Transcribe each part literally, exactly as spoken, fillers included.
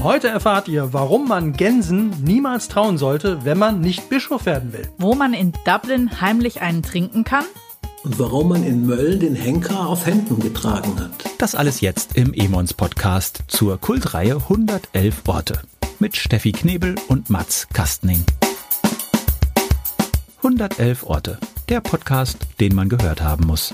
Heute erfahrt ihr, warum man Gänsen niemals trauen sollte, wenn man nicht Bischof werden will. Wo man in Dublin heimlich einen trinken kann. Und warum man in Mölln den Henker auf Händen getragen hat. Das alles jetzt im Emons-Podcast zur Kultreihe hundertelf Orte. Mit Steffi Knebel und Mats Kastning. hundertelf Orte. Der Podcast, den man gehört haben muss.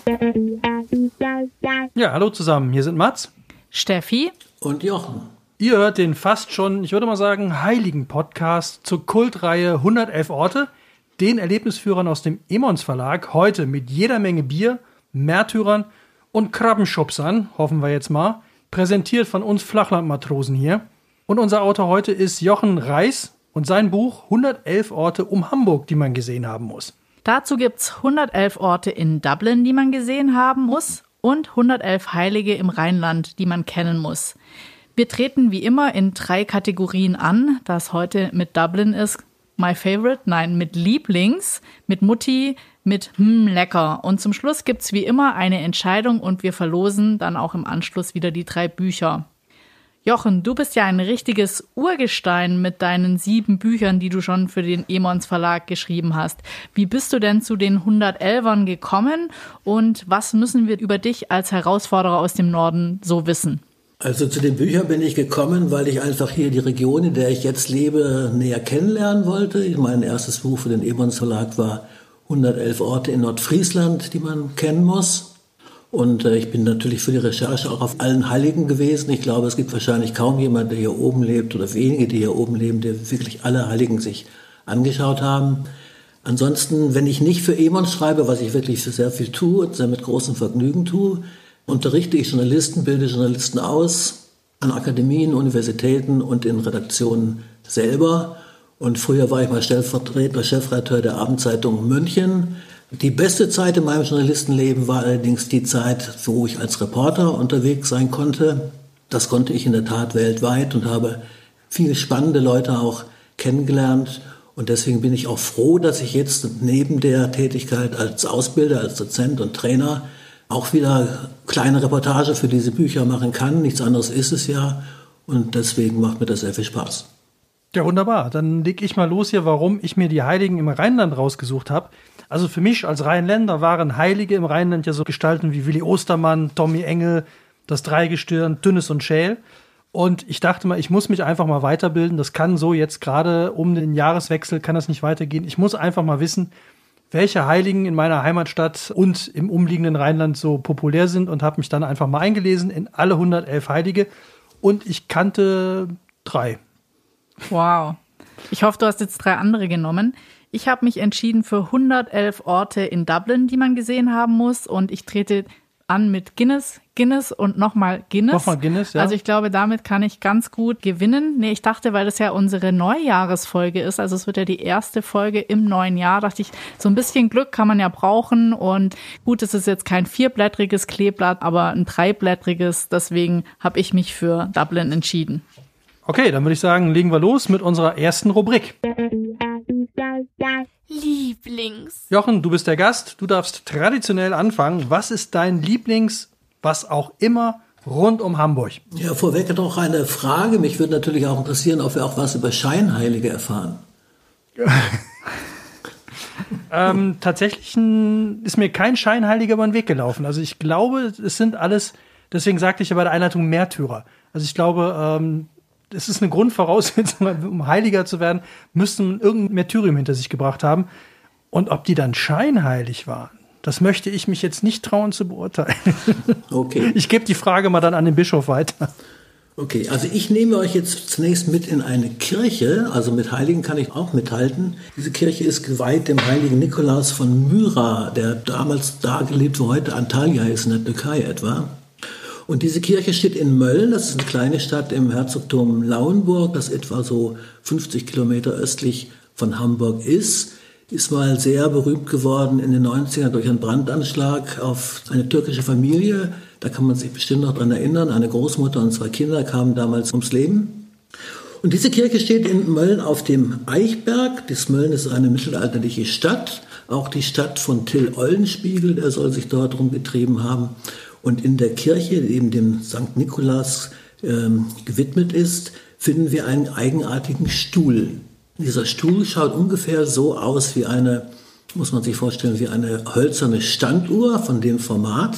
Ja, hallo zusammen. Hier sind Mats, Steffi und Jochen. Ihr hört den fast schon, ich würde mal sagen, heiligen Podcast zur Kultreihe hundertelf Orte, den Erlebnisführern aus dem Emons Verlag, heute mit jeder Menge Bier, Märtyrern und Krabbenschubsern, hoffen wir jetzt mal, präsentiert von uns Flachlandmatrosen hier. Und unser Autor heute ist Jochen Reis und sein Buch hundertelf Orte um Hamburg, die man gesehen haben muss. Dazu gibt's hundertelf Orte in Dublin, die man gesehen haben muss, und hundertelf Heilige im Rheinland, die man kennen muss. Wir treten wie immer in drei Kategorien an, das heute mit Dublin ist. My Favorite, nein, mit Lieblings, mit Mutti, mit hm, lecker. Und zum Schluss gibt's wie immer eine Entscheidung und wir verlosen dann auch im Anschluss wieder die drei Bücher. Jochen, du bist ja ein richtiges Urgestein mit deinen sieben Büchern, die du schon für den Emons Verlag geschrieben hast. Wie bist du denn zu den hundertelfern gekommen und was müssen wir über dich als Herausforderer aus dem Norden so wissen? Also zu den Büchern bin ich gekommen, weil ich einfach hier die Region, in der ich jetzt lebe, näher kennenlernen wollte. Mein erstes Buch für den Emons Verlag war hundertelf Orte in Nordfriesland, die man kennen muss. Und äh, ich bin natürlich für die Recherche auch auf allen Heiligen gewesen. Ich glaube, es gibt wahrscheinlich kaum jemanden, der hier oben lebt oder wenige, die hier oben leben, die wirklich alle Heiligen sich angeschaut haben. Ansonsten, wenn ich nicht für Emons schreibe, was ich wirklich sehr viel tue und sehr mit großem Vergnügen tue, unterrichte ich Journalisten, bilde Journalisten aus an Akademien, Universitäten und in Redaktionen selber. Und früher war ich mal stellvertretender Chefredakteur der Abendzeitung München. Die beste Zeit in meinem Journalistenleben war allerdings die Zeit, wo ich als Reporter unterwegs sein konnte. Das konnte ich in der Tat weltweit und habe viele spannende Leute auch kennengelernt. Und deswegen bin ich auch froh, dass ich jetzt neben der Tätigkeit als Ausbilder, als Dozent und Trainer auch wieder kleine Reportage für diese Bücher machen kann. Nichts anderes ist es ja. Und deswegen macht mir das sehr viel Spaß. Ja, wunderbar. Dann leg ich mal los hier, warum ich mir die Heiligen im Rheinland rausgesucht habe. Also für mich als Rheinländer waren Heilige im Rheinland ja so Gestalten wie Willi Ostermann, Tommy Engel, das Dreigestirn, Dünnes und Schäl. Und ich dachte mal, ich muss mich einfach mal weiterbilden. Das kann so jetzt gerade um den Jahreswechsel, kann das nicht weitergehen. Ich muss einfach mal wissen, welche Heiligen in meiner Heimatstadt und im umliegenden Rheinland so populär sind und habe mich dann einfach mal eingelesen in alle hundertelf Heilige und ich kannte drei. Wow. Ich hoffe, du hast jetzt drei andere genommen. Ich habe mich entschieden für hundertelf Orte in Dublin, die man gesehen haben muss und ich trete an mit Guinness, Guinness und nochmal Guinness. Nochmal Guinness, ja. Also ich glaube, damit kann ich ganz gut gewinnen. Nee, ich dachte, weil das ja unsere Neujahresfolge ist, also es wird ja die erste Folge im neuen Jahr, dachte ich, so ein bisschen Glück kann man ja brauchen und gut, es ist jetzt kein vierblättriges Kleeblatt, aber ein dreiblättriges, deswegen habe ich mich für Dublin entschieden. Okay, dann würde ich sagen, legen wir los mit unserer ersten Rubrik. Lieblings. Jochen, du bist der Gast, du darfst traditionell anfangen. Was ist dein Lieblings, was auch immer, rund um Hamburg? Ja, vorweg noch eine Frage. Mich würde natürlich auch interessieren, ob wir auch was über Scheinheilige erfahren. ähm, tatsächlich ist mir kein Scheinheiliger über den Weg gelaufen. Also ich glaube, es sind alles, deswegen sagte ich ja bei der Einleitung Märtyrer. Also ich glaube, ähm, es ist eine Grundvoraussetzung, um Heiliger zu werden, müssten irgendein Märtyrium hinter sich gebracht haben. Und ob die dann scheinheilig waren, das möchte ich mich jetzt nicht trauen zu beurteilen. Okay. Ich gebe die Frage mal dann an den Bischof weiter. Okay, also ich nehme euch jetzt zunächst mit in eine Kirche. Also mit Heiligen kann ich auch mithalten. Diese Kirche ist geweiht dem heiligen Nikolaus von Myra, der damals da gelebt, wo heute Antalya ist, in der Türkei etwa. Und diese Kirche steht in Mölln, das ist eine kleine Stadt im Herzogtum Lauenburg, das etwa so fünfzig Kilometer östlich von Hamburg ist. Ist mal sehr berühmt geworden in den neunzigern durch einen Brandanschlag auf eine türkische Familie. Da kann man sich bestimmt noch dran erinnern. Eine Großmutter und zwei Kinder kamen damals ums Leben. Und diese Kirche steht in Mölln auf dem Eichberg. Das Mölln ist eine mittelalterliche Stadt. Auch die Stadt von Till Eulenspiegel, der soll sich dort rumgetrieben haben. Und in der Kirche, eben dem Sankt Nikolaus, ähm, gewidmet ist, finden wir einen eigenartigen Stuhl. Dieser Stuhl schaut ungefähr so aus wie eine, muss man sich vorstellen, wie eine hölzerne Standuhr von dem Format.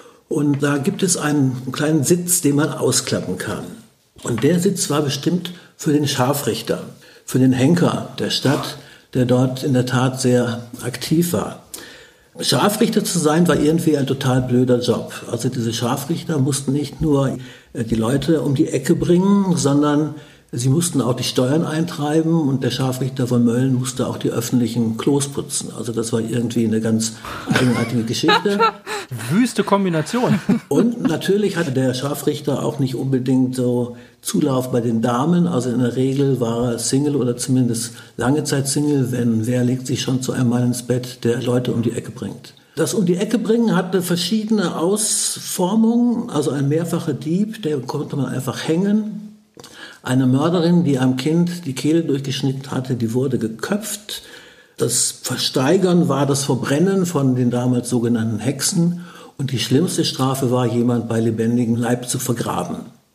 Und da gibt es einen kleinen Sitz, den man ausklappen kann. Und der Sitz war bestimmt für den Scharfrichter, für den Henker der Stadt, der dort in der Tat sehr aktiv war. Scharfrichter zu sein, war irgendwie ein total blöder Job. Also diese Scharfrichter mussten nicht nur die Leute um die Ecke bringen, sondern sie mussten auch die Steuern eintreiben und der Scharfrichter von Mölln musste auch die öffentlichen Klos putzen. Also das war irgendwie eine ganz eigenartige Geschichte. Wüste Kombination. Und natürlich hatte der Scharfrichter auch nicht unbedingt so Zulauf bei den Damen. Also in der Regel war er Single oder zumindest lange Zeit Single, wenn wer legt sich schon zu einem Mann ins Bett, der Leute um die Ecke bringt. Das um die Ecke bringen hatte verschiedene Ausformungen. Also ein mehrfacher Dieb, der konnte man einfach hängen. Eine Mörderin, die einem Kind die Kehle durchgeschnitten hatte, die wurde geköpft. Das Versteigern war das Verbrennen von den damals sogenannten Hexen. Und die schlimmste Strafe war, jemand bei lebendigem Leib zu vergraben.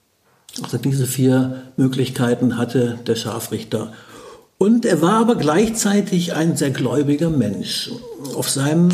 Also diese vier Möglichkeiten hatte der Scharfrichter. Und er war aber gleichzeitig ein sehr gläubiger Mensch. Auf seinem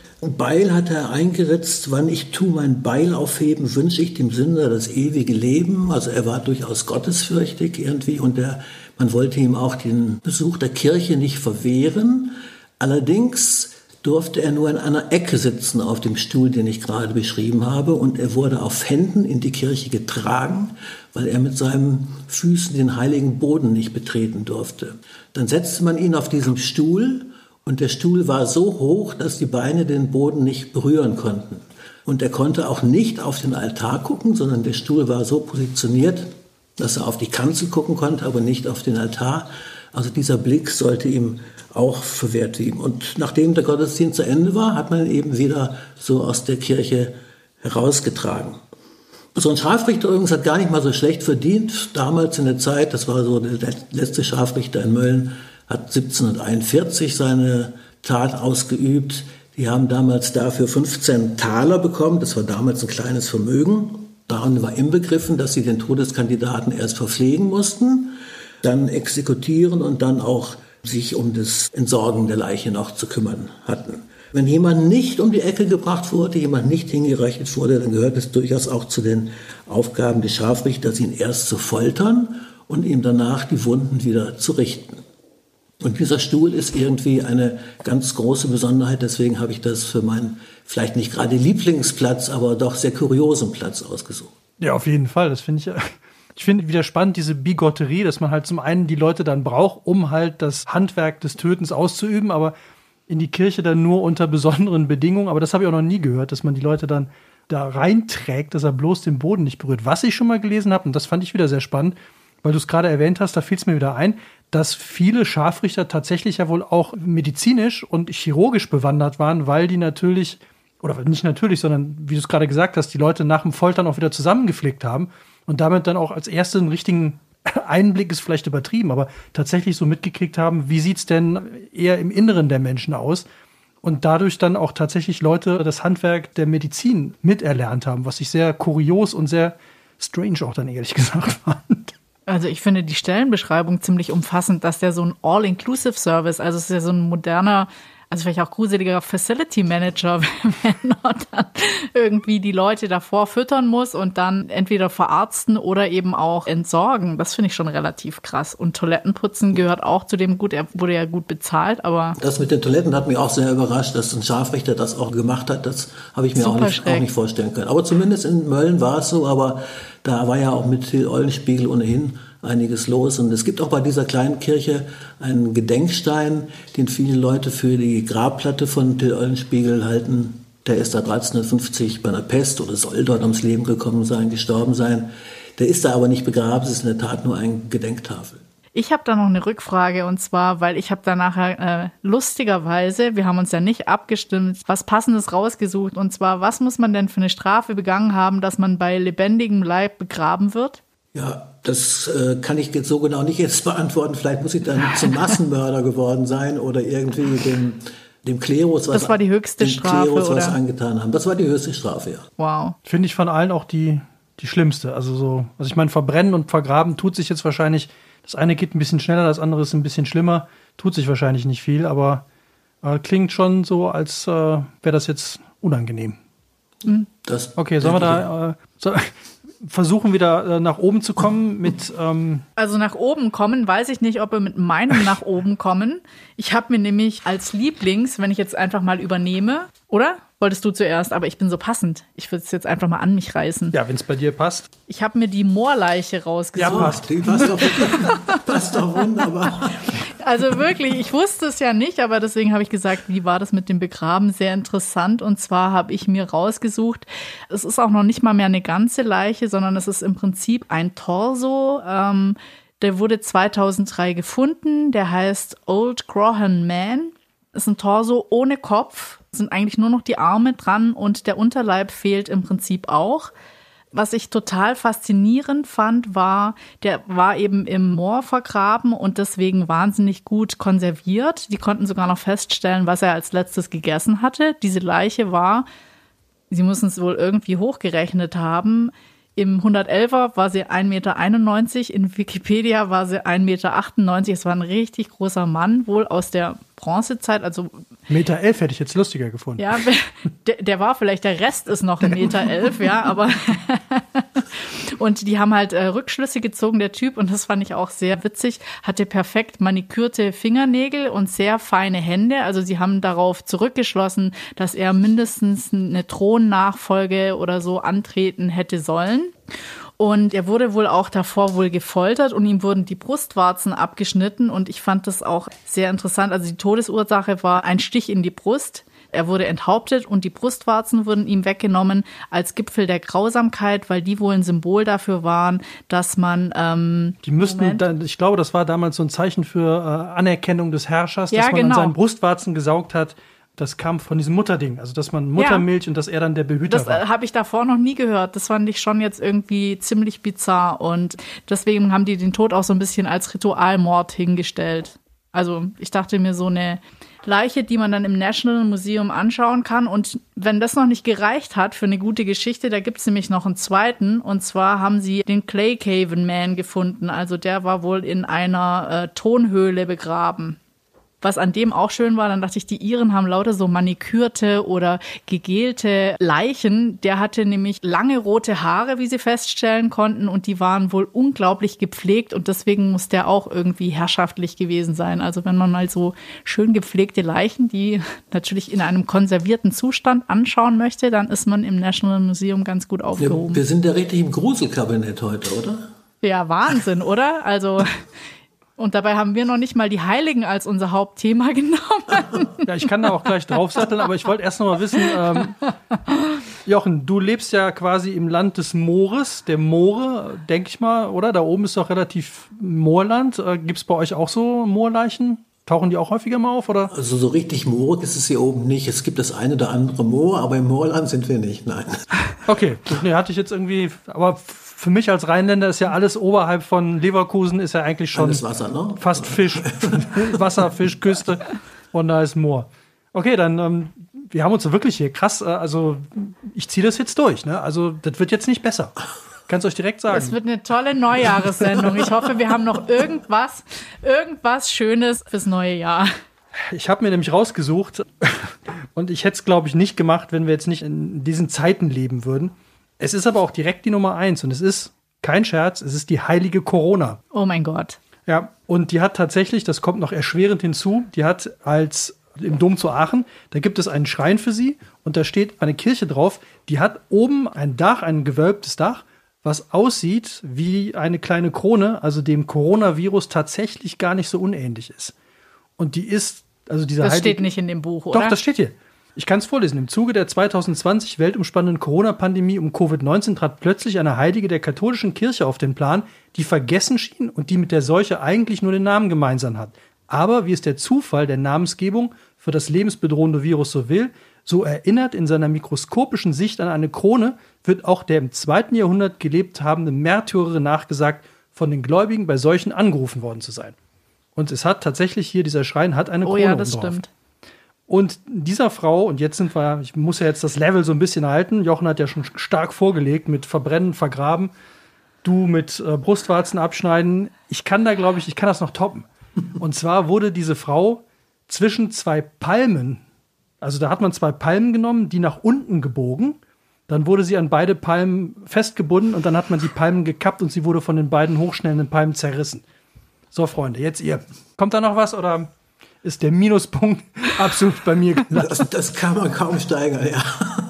Beil hat er eingeritzt, wann ich tu mein Beil aufheben, wünsche ich dem Sünder das ewige Leben. Also er war durchaus gottesfürchtig irgendwie und er, man wollte ihm auch den Besuch der Kirche nicht verwehren. Allerdings durfte er nur in einer Ecke sitzen auf dem Stuhl, den ich gerade beschrieben habe, und er wurde auf Händen in die Kirche getragen, weil er mit seinen Füßen den heiligen Boden nicht betreten durfte. Dann setzte man ihn auf diesem Stuhl und der Stuhl war so hoch, dass die Beine den Boden nicht berühren konnten. Und er konnte auch nicht auf den Altar gucken, sondern der Stuhl war so positioniert, dass er auf die Kanzel gucken konnte, aber nicht auf den Altar. Also dieser Blick sollte ihm auch verwehrt werden. Und nachdem der Gottesdienst zu Ende war, hat man ihn eben wieder so aus der Kirche herausgetragen. So ein Scharfrichter übrigens hat gar nicht mal so schlecht verdient. Damals in der Zeit, das war so der letzte Scharfrichter in Mölln, hat siebzehnhunderteinundvierzig seine Tat ausgeübt. Die haben damals dafür fünfzehn Taler bekommen. Das war damals ein kleines Vermögen. Daran war inbegriffen, dass sie den Todeskandidaten erst verpflegen mussten, dann exekutieren und dann auch sich um das Entsorgen der Leiche noch zu kümmern hatten. Wenn jemand nicht um die Ecke gebracht wurde, jemand nicht hingerichtet wurde, dann gehört es durchaus auch zu den Aufgaben des Scharfrichters, ihn erst zu foltern und ihm danach die Wunden wieder zu richten. Und dieser Stuhl ist irgendwie eine ganz große Besonderheit, deswegen habe ich das für meinen vielleicht nicht gerade Lieblingsplatz, aber doch sehr kuriosen Platz ausgesucht. Ja, auf jeden Fall, das finde ich, ich finde wieder spannend, diese Bigotterie, dass man halt zum einen die Leute dann braucht, um halt das Handwerk des Tötens auszuüben, aber in die Kirche dann nur unter besonderen Bedingungen, aber das habe ich auch noch nie gehört, dass man die Leute dann da reinträgt, dass er bloß den Boden nicht berührt. Was ich schon mal gelesen habe, und das fand ich wieder sehr spannend, weil du es gerade erwähnt hast, da fiel es mir wieder ein, dass viele Scharfrichter tatsächlich ja wohl auch medizinisch und chirurgisch bewandert waren, weil die natürlich, oder nicht natürlich, sondern wie du es gerade gesagt hast, die Leute nach dem Foltern auch wieder zusammengeflickt haben und damit dann auch als erste einen richtigen Einblick, ist vielleicht übertrieben, aber tatsächlich so mitgekriegt haben, wie sieht's denn eher im Inneren der Menschen aus und dadurch dann auch tatsächlich Leute das Handwerk der Medizin miterlernt haben, was ich sehr kurios und sehr strange auch dann ehrlich gesagt fand. Also ich finde die Stellenbeschreibung ziemlich umfassend, dass der so ein All-Inclusive-Service, also es ist ja so ein moderner, also vielleicht auch gruseliger Facility Manager, wenn er dann irgendwie die Leute davor füttern muss und dann entweder verarzten oder eben auch entsorgen. Das finde ich schon relativ krass. Und Toilettenputzen gehört auch zu dem gut, er wurde ja gut bezahlt, aber... Das mit den Toiletten hat mich auch sehr überrascht, dass ein Scharfrichter das auch gemacht hat. Das habe ich mir auch nicht, auch nicht vorstellen können. Aber zumindest in Mölln war es so, aber da war ja auch mit Till Eulenspiegel ohnehin einiges los. Und es gibt auch bei dieser kleinen Kirche einen Gedenkstein, den viele Leute für die Grabplatte von Till Eulenspiegel halten. Der ist da dreizehnhundertfünfzig bei einer Pest oder soll dort ums Leben gekommen sein, gestorben sein. Der ist da aber nicht begraben, es ist in der Tat nur eine Gedenktafel. Ich habe da noch eine Rückfrage und zwar, weil ich habe da nachher äh, lustigerweise, wir haben uns ja nicht abgestimmt, was Passendes rausgesucht und zwar, was muss man denn für eine Strafe begangen haben, dass man bei lebendigem Leib begraben wird? Ja, das äh, kann ich jetzt so genau nicht jetzt beantworten. Vielleicht muss ich dann zum Massenmörder geworden sein oder irgendwie dem, dem Klerus was, das war die höchste dem Strafe, Klerus was oder? angetan haben. Das war die höchste Strafe, ja. Wow. Finde ich von allen auch die, die schlimmste. Also so, also ich meine, verbrennen und vergraben tut sich jetzt wahrscheinlich, das eine geht ein bisschen schneller, das andere ist ein bisschen schlimmer, tut sich wahrscheinlich nicht viel, aber äh, klingt schon so, als äh, wäre das jetzt unangenehm. Das okay, sollen wir da äh, so, versuchen, wieder äh, nach oben zu kommen mit ähm Also nach oben kommen, weiß ich nicht, ob wir mit meinem nach oben kommen. Ich habe mir nämlich als Lieblings, wenn ich jetzt einfach mal übernehme, oder? Wolltest du zuerst, aber ich bin so passend. Ich würde es jetzt einfach mal an mich reißen. Ja, wenn es bei dir passt. Ich habe mir die Moorleiche rausgesucht. Ja, passt. Die passt doch, passt doch wunderbar. Also wirklich, ich wusste es ja nicht, aber deswegen habe ich gesagt, wie war das mit dem Begraben? Sehr interessant. Und zwar habe ich mir rausgesucht, es ist auch noch nicht mal mehr eine ganze Leiche, sondern es ist im Prinzip ein Torso. Ähm, der wurde zweitausenddrei gefunden. Der heißt Old Grohan Man. Ist ein Torso ohne Kopf. Sind eigentlich nur noch die Arme dran und der Unterleib fehlt im Prinzip auch. Was ich total faszinierend fand, war, der war eben im Moor vergraben und deswegen wahnsinnig gut konserviert. Die konnten sogar noch feststellen, was er als letztes gegessen hatte. Diese Leiche war, sie müssen es wohl irgendwie hochgerechnet haben, im hundertelfer war sie ein Meter einundneunzig, in Wikipedia war sie ein Meter achtundneunzig. Es war ein richtig großer Mann, wohl aus der Bronzezeit, also Meter elf hätte ich jetzt lustiger gefunden. Ja, der, der war vielleicht, der Rest ist noch ein Meter elf, ja, aber und die haben halt äh, Rückschlüsse gezogen, der Typ, und das fand ich auch sehr witzig, hatte perfekt manikürte Fingernägel und sehr feine Hände, also sie haben darauf zurückgeschlossen, dass er mindestens eine Thronnachfolge oder so antreten hätte sollen. Und er wurde wohl auch davor wohl gefoltert und ihm wurden die Brustwarzen abgeschnitten. Und ich fand das auch sehr interessant. Also die Todesursache war ein Stich in die Brust. Er wurde enthauptet und die Brustwarzen wurden ihm weggenommen als Gipfel der Grausamkeit, weil die wohl ein Symbol dafür waren, dass man ähm, Die müssten, da, ich glaube, das war damals so ein Zeichen für äh, Anerkennung des Herrschers, Ja, dass man genau. an seinen Brustwarzen gesaugt hat. Das kam von diesem Mutterding, also dass man Muttermilch ja. und dass er dann der Behüter Das war. äh, habe ich davor noch nie gehört. Das fand ich schon jetzt irgendwie ziemlich bizarr. Und deswegen haben die den Tod auch so ein bisschen als Ritualmord hingestellt. Also ich dachte mir, so eine Leiche, die man dann im National Museum anschauen kann. Und wenn das noch nicht gereicht hat für eine gute Geschichte, da gibt es nämlich noch einen zweiten. Und zwar haben sie den Clay Caven Man gefunden. Also der war wohl in einer äh, Tonhöhle begraben. Was an dem auch schön war, dann dachte ich, die Iren haben lauter so manikürte oder gegelte Leichen. Der hatte nämlich lange rote Haare, wie sie feststellen konnten, und die waren wohl unglaublich gepflegt und deswegen muss der auch irgendwie herrschaftlich gewesen sein. Also wenn man mal so schön gepflegte Leichen, die natürlich in einem konservierten Zustand anschauen möchte, dann ist man im National Museum ganz gut aufgehoben. Ja, wir sind ja richtig im Gruselkabinett heute, oder? Ja, Wahnsinn, oder? Also... Und dabei haben wir noch nicht mal die Heiligen als unser Hauptthema genommen. Ja, ich kann da auch gleich draufsatteln, aber ich wollte erst noch mal wissen, ähm, Jochen, du lebst ja quasi im Land des Moores, der Moore, denke ich mal, oder? Da oben ist doch relativ Moorland. Äh, Gibt es bei euch auch so Moorleichen? Tauchen die auch häufiger mal auf, oder? Also so richtig moorig ist es hier oben nicht. Es gibt das eine oder andere Moor, aber im Moorland sind wir nicht, nein. Okay, nee, hatte ich jetzt irgendwie, aber für mich als Rheinländer ist ja alles oberhalb von Leverkusen ist ja eigentlich schon Alles Wasser, ne? fast Fisch. Wasser, Fisch, Küste und da ist Moor. Okay, dann, ähm, wir haben uns so wirklich hier krass, äh, also ich ziehe das jetzt durch, ne? Also das wird jetzt nicht besser. Kannst euch direkt sagen. Es wird eine tolle Neujahressendung. Ich hoffe, wir haben noch irgendwas, irgendwas Schönes fürs neue Jahr. Ich habe mir nämlich rausgesucht und ich hätte es, glaube ich, nicht gemacht, wenn wir jetzt nicht in diesen Zeiten leben würden. Es ist aber auch direkt die Nummer eins und es ist kein Scherz, es ist die heilige Corona. Oh mein Gott. Ja, und die hat tatsächlich, das kommt noch erschwerend hinzu, die hat als im Dom zu Aachen, da gibt es einen Schrein für sie und da steht eine Kirche drauf, die hat oben ein Dach, ein gewölbtes Dach, was aussieht wie eine kleine Krone, also dem Coronavirus tatsächlich gar nicht so unähnlich ist. Und die ist, also dieser Das heilige, steht nicht in dem Buch, oder? Doch, das steht hier. Ich kann es vorlesen. Im Zuge der zwanzig zwanzig weltumspannenden Corona-Pandemie um Covid neunzehn trat plötzlich eine Heilige der katholischen Kirche auf den Plan, die vergessen schien und die mit der Seuche eigentlich nur den Namen gemeinsam hat. Aber, wie es der Zufall der Namensgebung für das lebensbedrohende Virus so will, so erinnert in seiner mikroskopischen Sicht an eine Krone, wird auch der im zweiten Jahrhundert gelebt habende Märtyrerin nachgesagt, von den Gläubigen bei Seuchen angerufen worden zu sein. Und es hat tatsächlich hier, dieser Schrein hat eine Oh Krone ja, das oben drauf. stimmt. Und dieser Frau, und jetzt sind wir, ich muss ja jetzt das Level so ein bisschen halten, Jochen hat ja schon stark vorgelegt mit Verbrennen, Vergraben, du mit äh, Brustwarzen abschneiden. Ich kann da, glaube ich, ich kann das noch toppen. Und zwar wurde diese Frau zwischen zwei Palmen, also da hat man zwei Palmen genommen, die nach unten gebogen, dann wurde sie an beide Palmen festgebunden und dann hat man die Palmen gekappt und sie wurde von den beiden hochschnellenden Palmen zerrissen. So, Freunde, jetzt ihr. Kommt da noch was oder ist der Minuspunkt absolut bei mir gelandet? Das, das kann man kaum steigern, ja.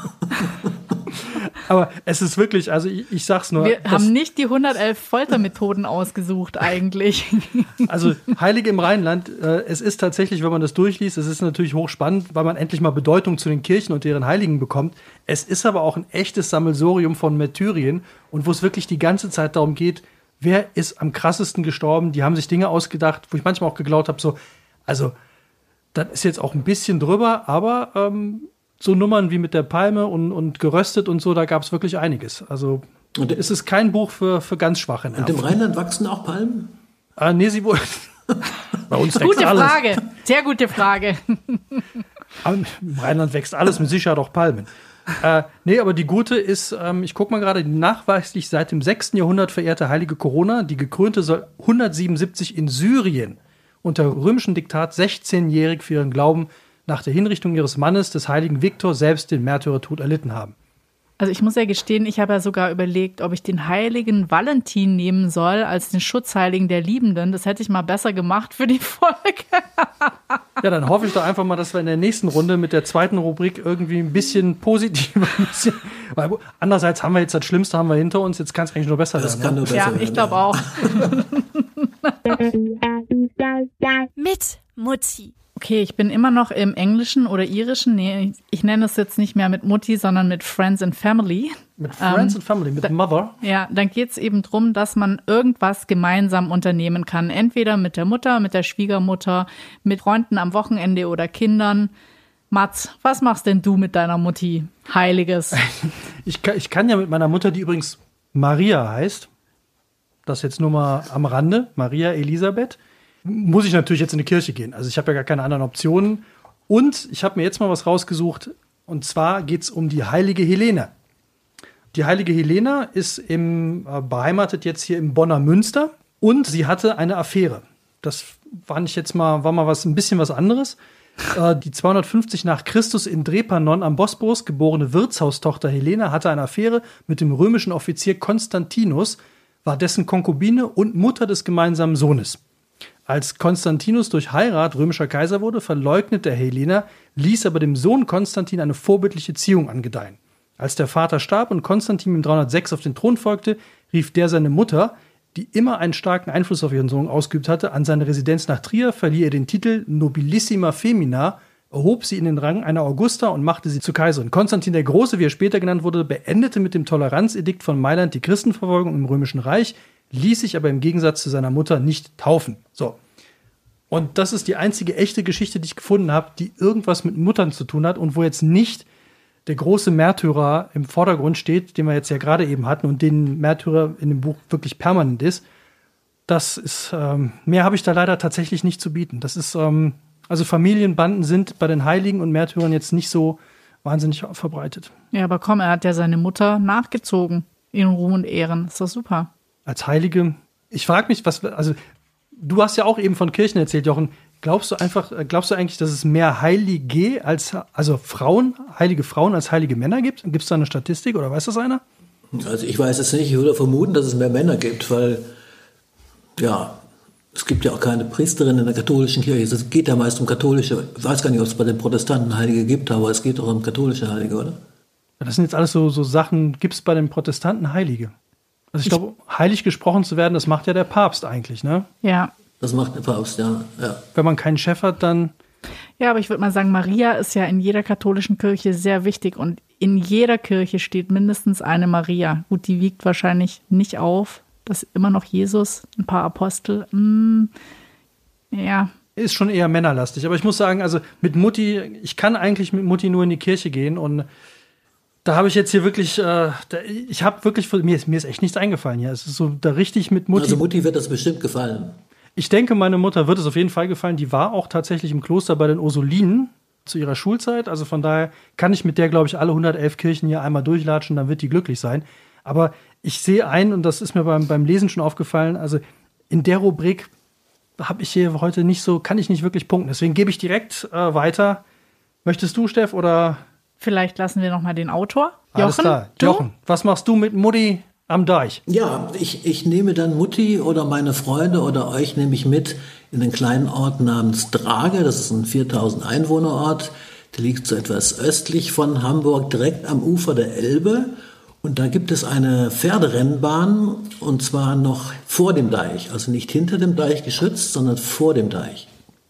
Aber es ist wirklich, also ich, ich sag's nur. Wir haben nicht die hundertelf Foltermethoden ausgesucht eigentlich. Also Heilige im Rheinland, äh, es ist tatsächlich, wenn man das durchliest, es ist natürlich hochspannend, weil man endlich mal Bedeutung zu den Kirchen und deren Heiligen bekommt. Es ist aber auch ein echtes Sammelsurium von Märtyrien und wo es wirklich die ganze Zeit darum geht, wer ist am krassesten gestorben. Die haben sich Dinge ausgedacht, wo ich manchmal auch geglaubt habe, so, also das ist jetzt auch ein bisschen drüber, aber ähm, so Nummern wie mit der Palme und, und geröstet und so, da gab es wirklich einiges. Also und es ist kein Buch für, für ganz schwache Nerven. Und im Rheinland wachsen auch Palmen? Ah, nee, sie wohl. Bei uns wächst gute alles. Frage, sehr gute Frage. Aber im Rheinland wächst alles, mit Sicherheit auch Palmen. Äh, nee, aber die gute ist, ähm, ich gucke mal gerade, die nachweislich seit dem sechsten Jahrhundert verehrte heilige Corona, die gekrönte soll hundertsiebenundsiebzig in Syrien unter römischem Diktat sechzehnjährig für ihren Glauben nach der Hinrichtung ihres Mannes, des heiligen Viktor, selbst den Märtyrertod erlitten haben. Also ich muss ja gestehen, ich habe ja sogar überlegt, ob ich den heiligen Valentin nehmen soll als den Schutzheiligen der Liebenden. Das hätte ich mal besser gemacht für die Folge. Ja, dann hoffe ich doch einfach mal, dass wir in der nächsten Runde mit der zweiten Rubrik irgendwie ein bisschen positiver, ein bisschen, weil andererseits haben wir jetzt das Schlimmste haben wir hinter uns, jetzt kann es eigentlich nur besser das werden. Kann ne? nur besser Ja, werden, ich glaube auch. Mit Mutti. Okay, ich bin immer noch im Englischen oder Irischen. Nee, ich nenne es jetzt nicht mehr mit Mutti, sondern mit Friends and Family. Mit Friends ähm, and Family, mit da, Mother. Ja, dann geht es eben darum, dass man irgendwas gemeinsam unternehmen kann. Entweder mit der Mutter, mit der Schwiegermutter, mit Freunden am Wochenende oder Kindern. Mats, was machst denn du mit deiner Mutti? Heiliges. Ich kann, ich kann ja mit meiner Mutter, die übrigens Maria heißt, das jetzt nur mal am Rande, Maria Elisabeth, muss ich natürlich jetzt in die Kirche gehen. Also ich habe ja gar keine anderen Optionen. Und ich habe mir jetzt mal was rausgesucht. Und zwar geht es um die heilige Helena. Die heilige Helena ist im, äh, beheimatet jetzt hier im Bonner Münster. Und sie hatte eine Affäre. Das fand ich jetzt mal, war mal was, ein bisschen was anderes. Äh, die zweihundertfünfzig nach Christus in Drepanon am Bosporus geborene Wirtshaustochter Helena hatte eine Affäre mit dem römischen Offizier Konstantinus, war dessen Konkubine und Mutter des gemeinsamen Sohnes. Als Konstantinus durch Heirat römischer Kaiser wurde, verleugnete er Helena, ließ aber dem Sohn Konstantin eine vorbildliche Ziehung angedeihen. Als der Vater starb und Konstantin im dreihundertsechs auf den Thron folgte, rief der seine Mutter, die immer einen starken Einfluss auf ihren Sohn ausgeübt hatte, an seine Residenz nach Trier, verlieh ihr den Titel Nobilissima Femina, erhob sie in den Rang einer Augusta und machte sie zur Kaiserin. Konstantin der Große, wie er später genannt wurde, beendete mit dem Toleranzedikt von Mailand die Christenverfolgung im Römischen Reich, ließ sich aber im Gegensatz zu seiner Mutter nicht taufen. So. Und das ist die einzige echte Geschichte, die ich gefunden habe, die irgendwas mit Muttern zu tun hat und wo jetzt nicht der große Märtyrer im Vordergrund steht, den wir jetzt ja gerade eben hatten und den Märtyrer in dem Buch wirklich permanent ist. Das ist, ähm, mehr habe ich da leider tatsächlich nicht zu bieten. Das ist, ähm, also Familienbanden sind bei den Heiligen und Märtyrern jetzt nicht so wahnsinnig verbreitet. Ja, aber komm, er hat ja seine Mutter nachgezogen. In Ruhm und Ehren. Ist doch super. Als Heilige, ich frage mich, was, also du hast ja auch eben von Kirchen erzählt, Jochen. Glaubst du einfach, glaubst du eigentlich, dass es mehr Heilige als, also Frauen, heilige Frauen als heilige Männer gibt? Gibt es da eine Statistik oder weiß das einer? Also ich weiß es nicht, ich würde vermuten, dass es mehr Männer gibt, weil, ja, es gibt ja auch keine Priesterin in der katholischen Kirche. Es geht ja meist um katholische, ich weiß gar nicht, ob es bei den Protestanten Heilige gibt, aber es geht auch um katholische Heilige, oder? Das sind jetzt alles so, so Sachen, gibt es bei den Protestanten Heilige? Also ich glaube, heilig gesprochen zu werden, das macht ja der Papst eigentlich, ne? Ja. Das macht der Papst, ja. ja. Wenn man keinen Chef hat, dann... Ja, aber ich würde mal sagen, Maria ist ja in jeder katholischen Kirche sehr wichtig und in jeder Kirche steht mindestens eine Maria. Gut, die wiegt wahrscheinlich nicht auf. Das ist immer noch Jesus, ein paar Apostel. Mm, ja. Ist schon eher männerlastig. Aber ich muss sagen, also mit Mutti, ich kann eigentlich mit Mutti nur in die Kirche gehen und da habe ich jetzt hier wirklich, äh, da, ich habe wirklich, mir ist, mir ist echt nichts eingefallen hier. Es ist so da richtig mit Mutti. Also Mutti wird das bestimmt gefallen. Ich denke, meine Mutter wird es auf jeden Fall gefallen. Die war auch tatsächlich im Kloster bei den Ursulinen. zu ihrer Schulzeit. Also von daher kann ich mit der, glaube ich, alle hundertelf Kirchen hier einmal durchlatschen, dann wird die glücklich sein. Aber ich sehe ein, und das ist mir beim, beim Lesen schon aufgefallen, also in der Rubrik habe ich hier heute nicht so, kann ich nicht wirklich punkten. Deswegen gebe ich direkt äh, weiter. Möchtest du, Steff, oder? Vielleicht lassen wir noch mal den Autor. Jochen, Alles klar. du? Jochen, was machst du mit Mutti am Deich? Ja, ich, ich nehme dann Mutti oder meine Freunde oder euch nehme ich mit in den kleinen Ort namens Drage. Das ist ein viertausend Einwohner Ort. Der liegt so etwas östlich von Hamburg, direkt am Ufer der Elbe. Und da gibt es eine Pferderennbahn, und zwar noch vor dem Deich. Also nicht hinter dem Deich geschützt, sondern vor dem Deich.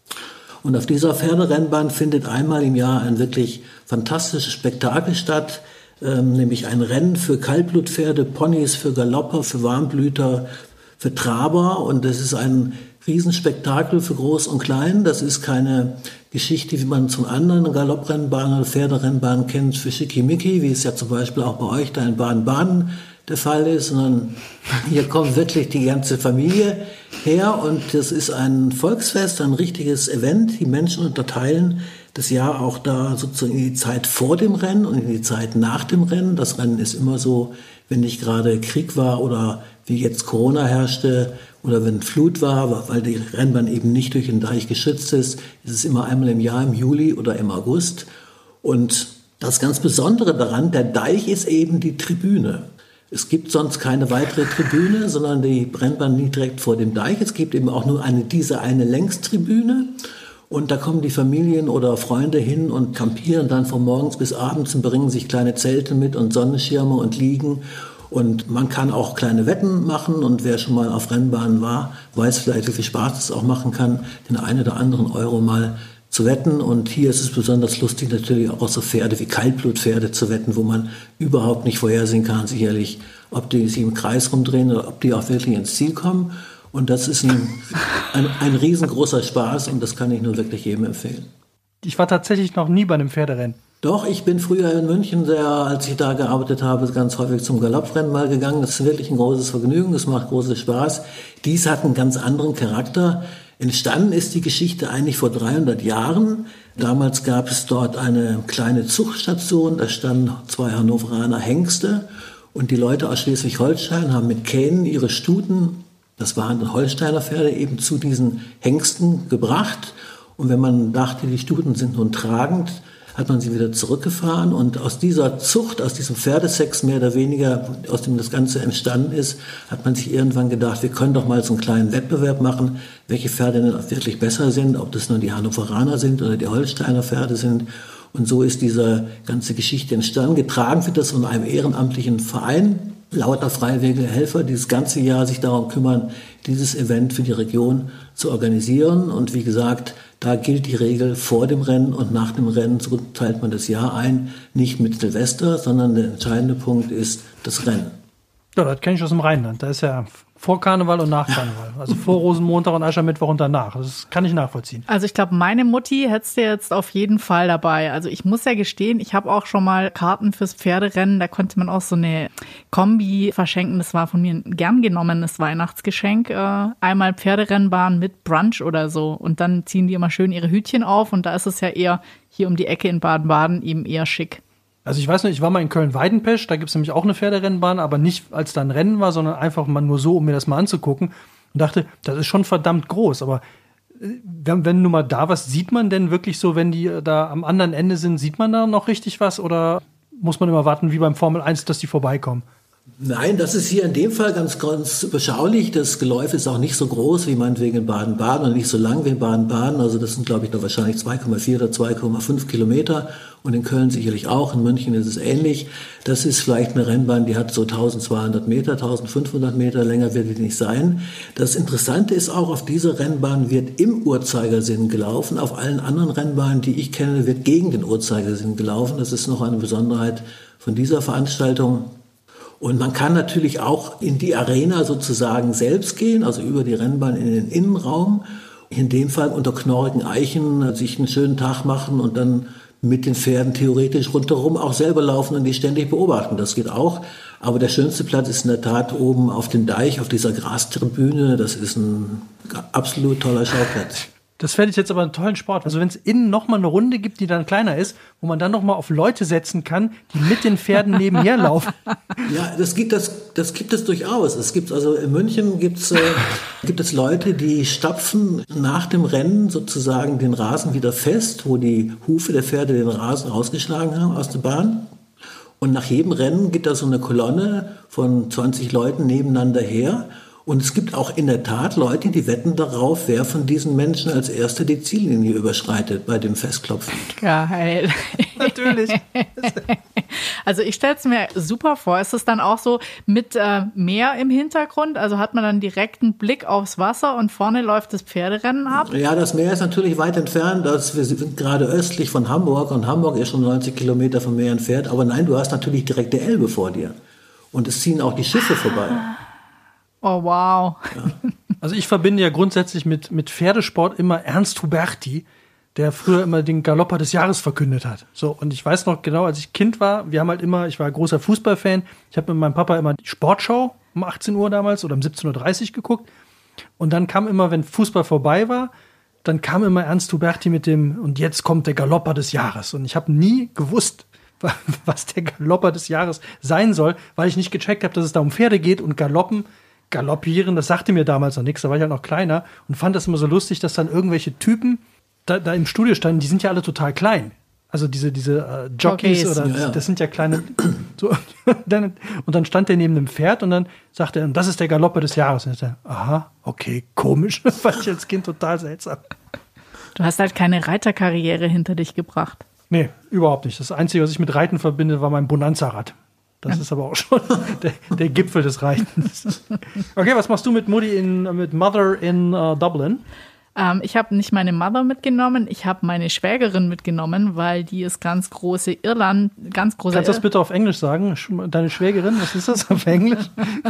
Und auf dieser Pferderennbahn findet einmal im Jahr ein wirklich fantastisches Spektakel statt, ähm, nämlich ein Rennen für Kaltblutpferde, Ponys, für Galopper, für Warmblüter, für Traber. Und das ist ein Riesenspektakel für Groß und Klein. Das ist keine Geschichte, wie man von anderen Galopprennbahnen oder Pferderennbahnen kennt, für Schickimicki, wie es ja zum Beispiel auch bei euch da in Baden-Baden der Fall ist, sondern hier kommt wirklich die ganze Familie her und das ist ein Volksfest, ein richtiges Event. Die Menschen unterteilen das Jahr auch da sozusagen in die Zeit vor dem Rennen und in die Zeit nach dem Rennen. Das Rennen ist immer so, wenn nicht gerade Krieg war oder wie jetzt Corona herrschte oder wenn Flut war, weil die Rennbahn eben nicht durch den Deich geschützt ist, ist es immer einmal im Jahr, im Juli oder im August. Und das ganz Besondere daran, der Deich ist eben die Tribüne. Es gibt sonst keine weitere Tribüne, sondern die Rennbahn liegt direkt vor dem Deich. Es gibt eben auch nur eine, diese eine Längstribüne. Und da kommen die Familien oder Freunde hin und campieren dann von morgens bis abends und bringen sich kleine Zelte mit und Sonnenschirme und liegen. Und man kann auch kleine Wetten machen. Und wer schon mal auf Rennbahnen war, weiß vielleicht, wie viel Spaß es auch machen kann, den einen oder anderen Euro mal zu wetten. Und hier ist es besonders lustig, natürlich auch so Pferde wie Kaltblutpferde zu wetten, wo man überhaupt nicht vorhersehen kann, sicherlich, ob die sich im Kreis rumdrehen oder ob die auch wirklich ins Ziel kommen. Und das ist ein, ein, ein riesengroßer Spaß und das kann ich nur wirklich jedem empfehlen. Ich war tatsächlich noch nie bei einem Pferderennen. Doch, ich bin früher in München, sehr, als ich da gearbeitet habe, ganz häufig zum Galopprennen mal gegangen. Das ist wirklich ein großes Vergnügen, das macht großen Spaß. Dies hat einen ganz anderen Charakter. Entstanden ist die Geschichte eigentlich vor dreihundert Jahren. Damals gab es dort eine kleine Zuchtstation, da standen zwei Hannoveraner Hengste und die Leute aus Schleswig-Holstein haben mit Kähnen ihre Stuten, das waren Holsteiner Pferde, eben zu diesen Hengsten gebracht. Und wenn man dachte, die Stuten sind nun tragend, hat man sie wieder zurückgefahren. Und aus dieser Zucht, aus diesem Pferdesex mehr oder weniger, aus dem das Ganze entstanden ist, hat man sich irgendwann gedacht, wir können doch mal so einen kleinen Wettbewerb machen, welche Pferde denn wirklich besser sind, ob das nun die Hannoveraner sind oder die Holsteiner Pferde sind. Und so ist diese ganze Geschichte entstanden. Getragen wird das von einem ehrenamtlichen Verein, lauter freiwillige Helfer, die das ganze Jahr sich darum kümmern, dieses Event für die Region zu organisieren. Und wie gesagt, da gilt die Regel vor dem Rennen und nach dem Rennen, so teilt man das Jahr ein, nicht mit Silvester, sondern der entscheidende Punkt ist das Rennen. Ja, das kenne ich aus dem Rheinland. Da ist ja vor Karneval und nach Karneval. Also vor Rosenmontag und Aschermittwoch und danach. Das kann ich nachvollziehen. Also ich glaube, meine Mutti hättest du jetzt auf jeden Fall dabei. Also ich muss ja gestehen, ich habe auch schon mal Karten fürs Pferderennen. Da konnte man auch so eine Kombi verschenken. Das war von mir ein gern genommenes Weihnachtsgeschenk. Äh, einmal Pferderennbahn mit Brunch oder so. Und dann ziehen die immer schön ihre Hütchen auf. Und da ist es ja eher hier um die Ecke in Baden-Baden eben eher schick. Also ich weiß nicht, ich war mal in Köln-Weidenpesch, da gibt es nämlich auch eine Pferderennbahn, aber nicht, als da ein Rennen war, sondern einfach mal nur so, um mir das mal anzugucken. Und dachte, das ist schon verdammt groß, aber wenn, wenn du mal da warst, sieht man denn wirklich so, wenn die da am anderen Ende sind, sieht man da noch richtig was oder muss man immer warten, wie beim Formel eins, dass die vorbeikommen? Nein, das ist hier in dem Fall ganz, ganz beschaulich. Das Geläuf ist auch nicht so groß wie meinetwegen in Baden-Baden und nicht so lang wie in Baden-Baden. Also das sind, glaube ich, noch wahrscheinlich zwei Komma vier oder zwei Komma fünf Kilometer. Und in Köln sicherlich auch. In München ist es ähnlich. Das ist vielleicht eine Rennbahn, die hat so eintausendzweihundert Meter, eintausendfünfhundert Meter. Länger wird die nicht sein. Das Interessante ist auch, auf dieser Rennbahn wird im Uhrzeigersinn gelaufen. Auf allen anderen Rennbahnen, die ich kenne, wird gegen den Uhrzeigersinn gelaufen. Das ist noch eine Besonderheit von dieser Veranstaltung. Und man kann natürlich auch in die Arena sozusagen selbst gehen, also über die Rennbahn in den Innenraum. In dem Fall unter knorrigen Eichen sich einen schönen Tag machen und dann mit den Pferden theoretisch rundherum auch selber laufen und die ständig beobachten. Das geht auch. Aber der schönste Platz ist in der Tat oben auf dem Deich, auf dieser Grastribüne. Das ist ein absolut toller Schauplatz. Das fände ich jetzt aber einen tollen Sport. Also wenn es innen noch mal eine Runde gibt, die dann kleiner ist, wo man dann noch mal auf Leute setzen kann, die mit den Pferden nebenher laufen. Ja, das gibt, das, das gibt es durchaus. Es gibt also in München gibt's, äh, gibt es Leute, die stapfen nach dem Rennen sozusagen den Rasen wieder fest, wo die Hufe der Pferde den Rasen rausgeschlagen haben aus der Bahn. Und nach jedem Rennen geht da so eine Kolonne von zwanzig Leuten nebeneinander her. Und es gibt auch in der Tat Leute, die wetten darauf, wer von diesen Menschen als erster die Ziellinie überschreitet bei dem Festklopfen. Geil. Natürlich. Also ich stelle es mir super vor. Ist es dann auch so mit äh, Meer im Hintergrund? Also hat man dann direkt einen Blick aufs Wasser und vorne läuft das Pferderennen ab? Ja, das Meer ist natürlich weit entfernt. Das, wir sind gerade östlich von Hamburg und Hamburg ist schon neunzig Kilometer vom Meer entfernt. Aber nein, du hast natürlich direkt die Elbe vor dir. Und es ziehen auch die Schiffe vorbei. Oh, wow. Ja. Also ich verbinde ja grundsätzlich mit, mit Pferdesport immer Ernst Huberti, der früher immer den Galopper des Jahres verkündet hat. So, und ich weiß noch genau, als ich Kind war, wir haben halt immer, ich war ein großer Fußballfan, ich habe mit meinem Papa immer die Sportschau um achtzehn Uhr damals oder um siebzehn Uhr dreißig geguckt. Und dann kam immer, wenn Fußball vorbei war, dann kam immer Ernst Huberti mit dem, und jetzt kommt der Galopper des Jahres. Und ich habe nie gewusst, was der Galopper des Jahres sein soll, weil ich nicht gecheckt habe, dass es da um Pferde geht und Galoppen. Galoppieren, das sagte mir damals noch nichts, da war ich halt noch kleiner und fand das immer so lustig, dass dann irgendwelche Typen da, da im Studio standen, die sind ja alle total klein. Also diese, diese äh, Jockeys Jockeys. oder Ja, ja. Das, das sind ja kleine. So, dann, und dann stand der neben einem Pferd und dann sagte er, das ist der Galopper des Jahres. Und ich dachte, aha, okay, komisch. Das fand ich als Kind total seltsam. Du hast halt keine Reiterkarriere hinter dich gebracht. Nee, überhaupt nicht. Das Einzige, was ich mit Reiten verbinde, war mein Bonanza-Rad. Das ist aber auch schon der, der Gipfel des Reitens. Okay, was machst du mit Mutti in, mit Mother in uh, Dublin? Ähm, ich habe nicht meine Mother mitgenommen, ich habe meine Schwägerin mitgenommen, weil die ist ganz große Irland, ganz große Kannst du das bitte auf Englisch sagen? Deine Schwägerin, was ist das auf Englisch?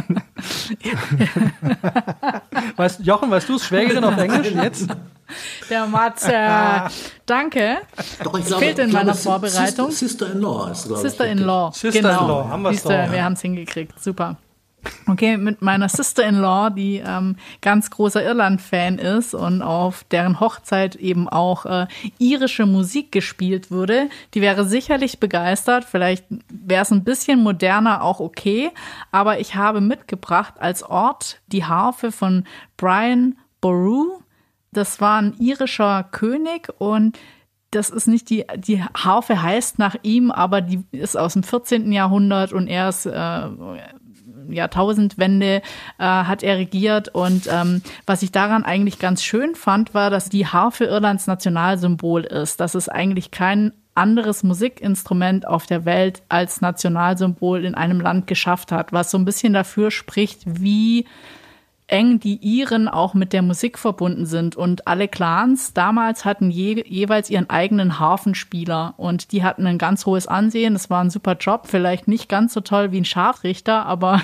weißt, Jochen, weißt du es? Schwägerin auf Englisch jetzt? Der Mats, äh, danke. Doch, ich Das glaube, fehlt in ich glaube, meiner Vorbereitung. Sister, Sister-in-law ist, glaube ich. Sister-in-law. Sister-in-law, genau. haben wir's Siehste, doch. wir haben es hingekriegt, super. Okay, mit meiner Sister-in-law, die ähm, ganz großer Irland-Fan ist und auf deren Hochzeit eben auch äh, irische Musik gespielt wurde. Die wäre sicherlich begeistert. Vielleicht wäre es ein bisschen moderner auch okay. Aber ich habe mitgebracht als Ort die Harfe von Brian Boru. Das war ein irischer König und das ist nicht die, die Harfe heißt nach ihm, aber die ist aus dem vierzehnten Jahrhundert und er ist äh, Jahrtausendwende äh, hat er regiert und ähm, was ich daran eigentlich ganz schön fand, war, dass die Harfe Irlands Nationalsymbol ist, dass es eigentlich kein anderes Musikinstrument auf der Welt als Nationalsymbol in einem Land geschafft hat, was so ein bisschen dafür spricht, wie eng die Iren auch mit der Musik verbunden sind. Und alle Clans damals hatten je, jeweils ihren eigenen Harfenspieler und die hatten ein ganz hohes Ansehen. Das war ein super Job, vielleicht nicht ganz so toll wie ein Scharfrichter, aber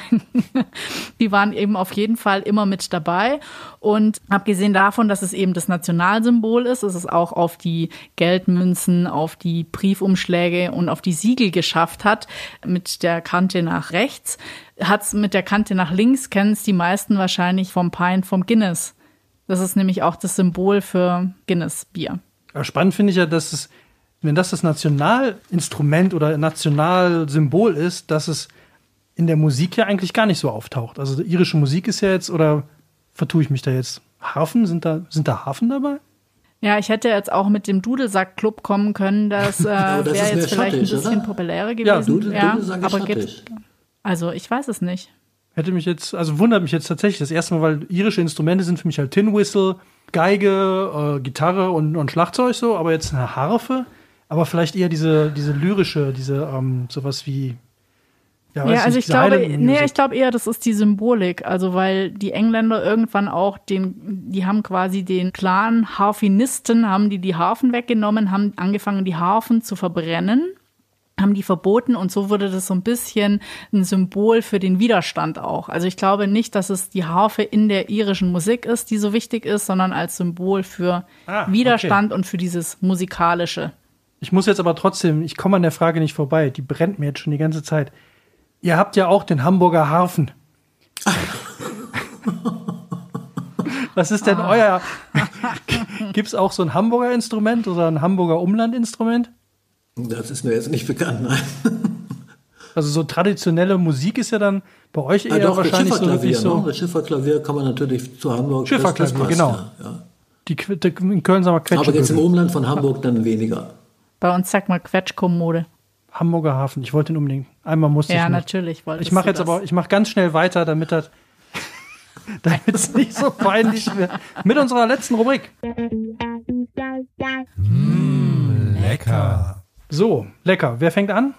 die waren eben auf jeden Fall immer mit dabei. Und abgesehen davon, dass es eben das Nationalsymbol ist, ist es auch auf die Geldmünzen, auf die Briefumschläge und auf die Siegel geschafft hat, mit der Kante nach rechts. Hat's mit der Kante nach links, kennen es die meisten wahrscheinlich vom Pint vom Guinness. Das ist nämlich auch das Symbol für Guinness-Bier. Aber spannend finde ich ja, dass es, wenn das das Nationalinstrument oder Nationalsymbol ist, dass es in der Musik ja eigentlich gar nicht so auftaucht. Also die irische Musik ist ja jetzt, oder vertue ich mich da jetzt? Harfen? Sind da, sind da Harfen dabei? Ja, ich hätte jetzt auch mit dem Dudelsack-Club kommen können. Das, äh, das wäre jetzt vielleicht ein schattig, bisschen oder? populärer gewesen. Ja, Dudel, ja, Dudelsack ist aber schattig. gibt, also ich weiß es nicht. Hätte mich jetzt, also wundert mich jetzt tatsächlich das erste Mal, weil irische Instrumente sind für mich halt Tin Whistle, Geige, äh, Gitarre und, und Schlagzeug so, aber jetzt eine Harfe, aber vielleicht eher diese, diese lyrische, diese ähm, sowas wie ja, weiß Ja, also nicht, ich glaube, Highland nee, Music. ich glaube eher, das ist die Symbolik. Also weil die Engländer irgendwann auch den, die haben quasi den Clan Harfenisten, haben die die Harfen weggenommen, haben angefangen, die Harfen zu verbrennen, haben die verboten und so wurde das so ein bisschen ein Symbol für den Widerstand auch. Also ich glaube nicht, dass es die Harfe in der irischen Musik ist, die so wichtig ist, sondern als Symbol für Ah, Widerstand und für dieses Musikalische. Ich muss jetzt aber trotzdem, ich komme an der Frage nicht vorbei, die brennt mir jetzt schon die ganze Zeit. Ihr habt ja auch den Hamburger Hafen. Was ist denn Ah. euer Gibt es auch so ein Hamburger Instrument oder ein Hamburger Umlandinstrument? Das ist mir jetzt nicht bekannt, nein. Also so traditionelle Musik ist ja dann bei euch eher ja, doch, wahrscheinlich so wirklich so. Ne? Das Schifferklavier kann man natürlich zu Hamburg. Schifferklavier, das, das genau. Ja, ja. Die, die, in Köln sagen wir Quetschkommode. Aber jetzt im Umland von Hamburg dann weniger. Bei uns sagt man Quetschkommode. Hamburger Hafen. Ich wollte ihn unbedingt. Einmal musste ja, ich. Ja, natürlich. Ich mache jetzt das. aber, ich mache ganz schnell weiter, damit das, damit es nicht so peinlich wird. Mit unserer letzten Rubrik. Mmh, lecker. So, lecker. Wer fängt an?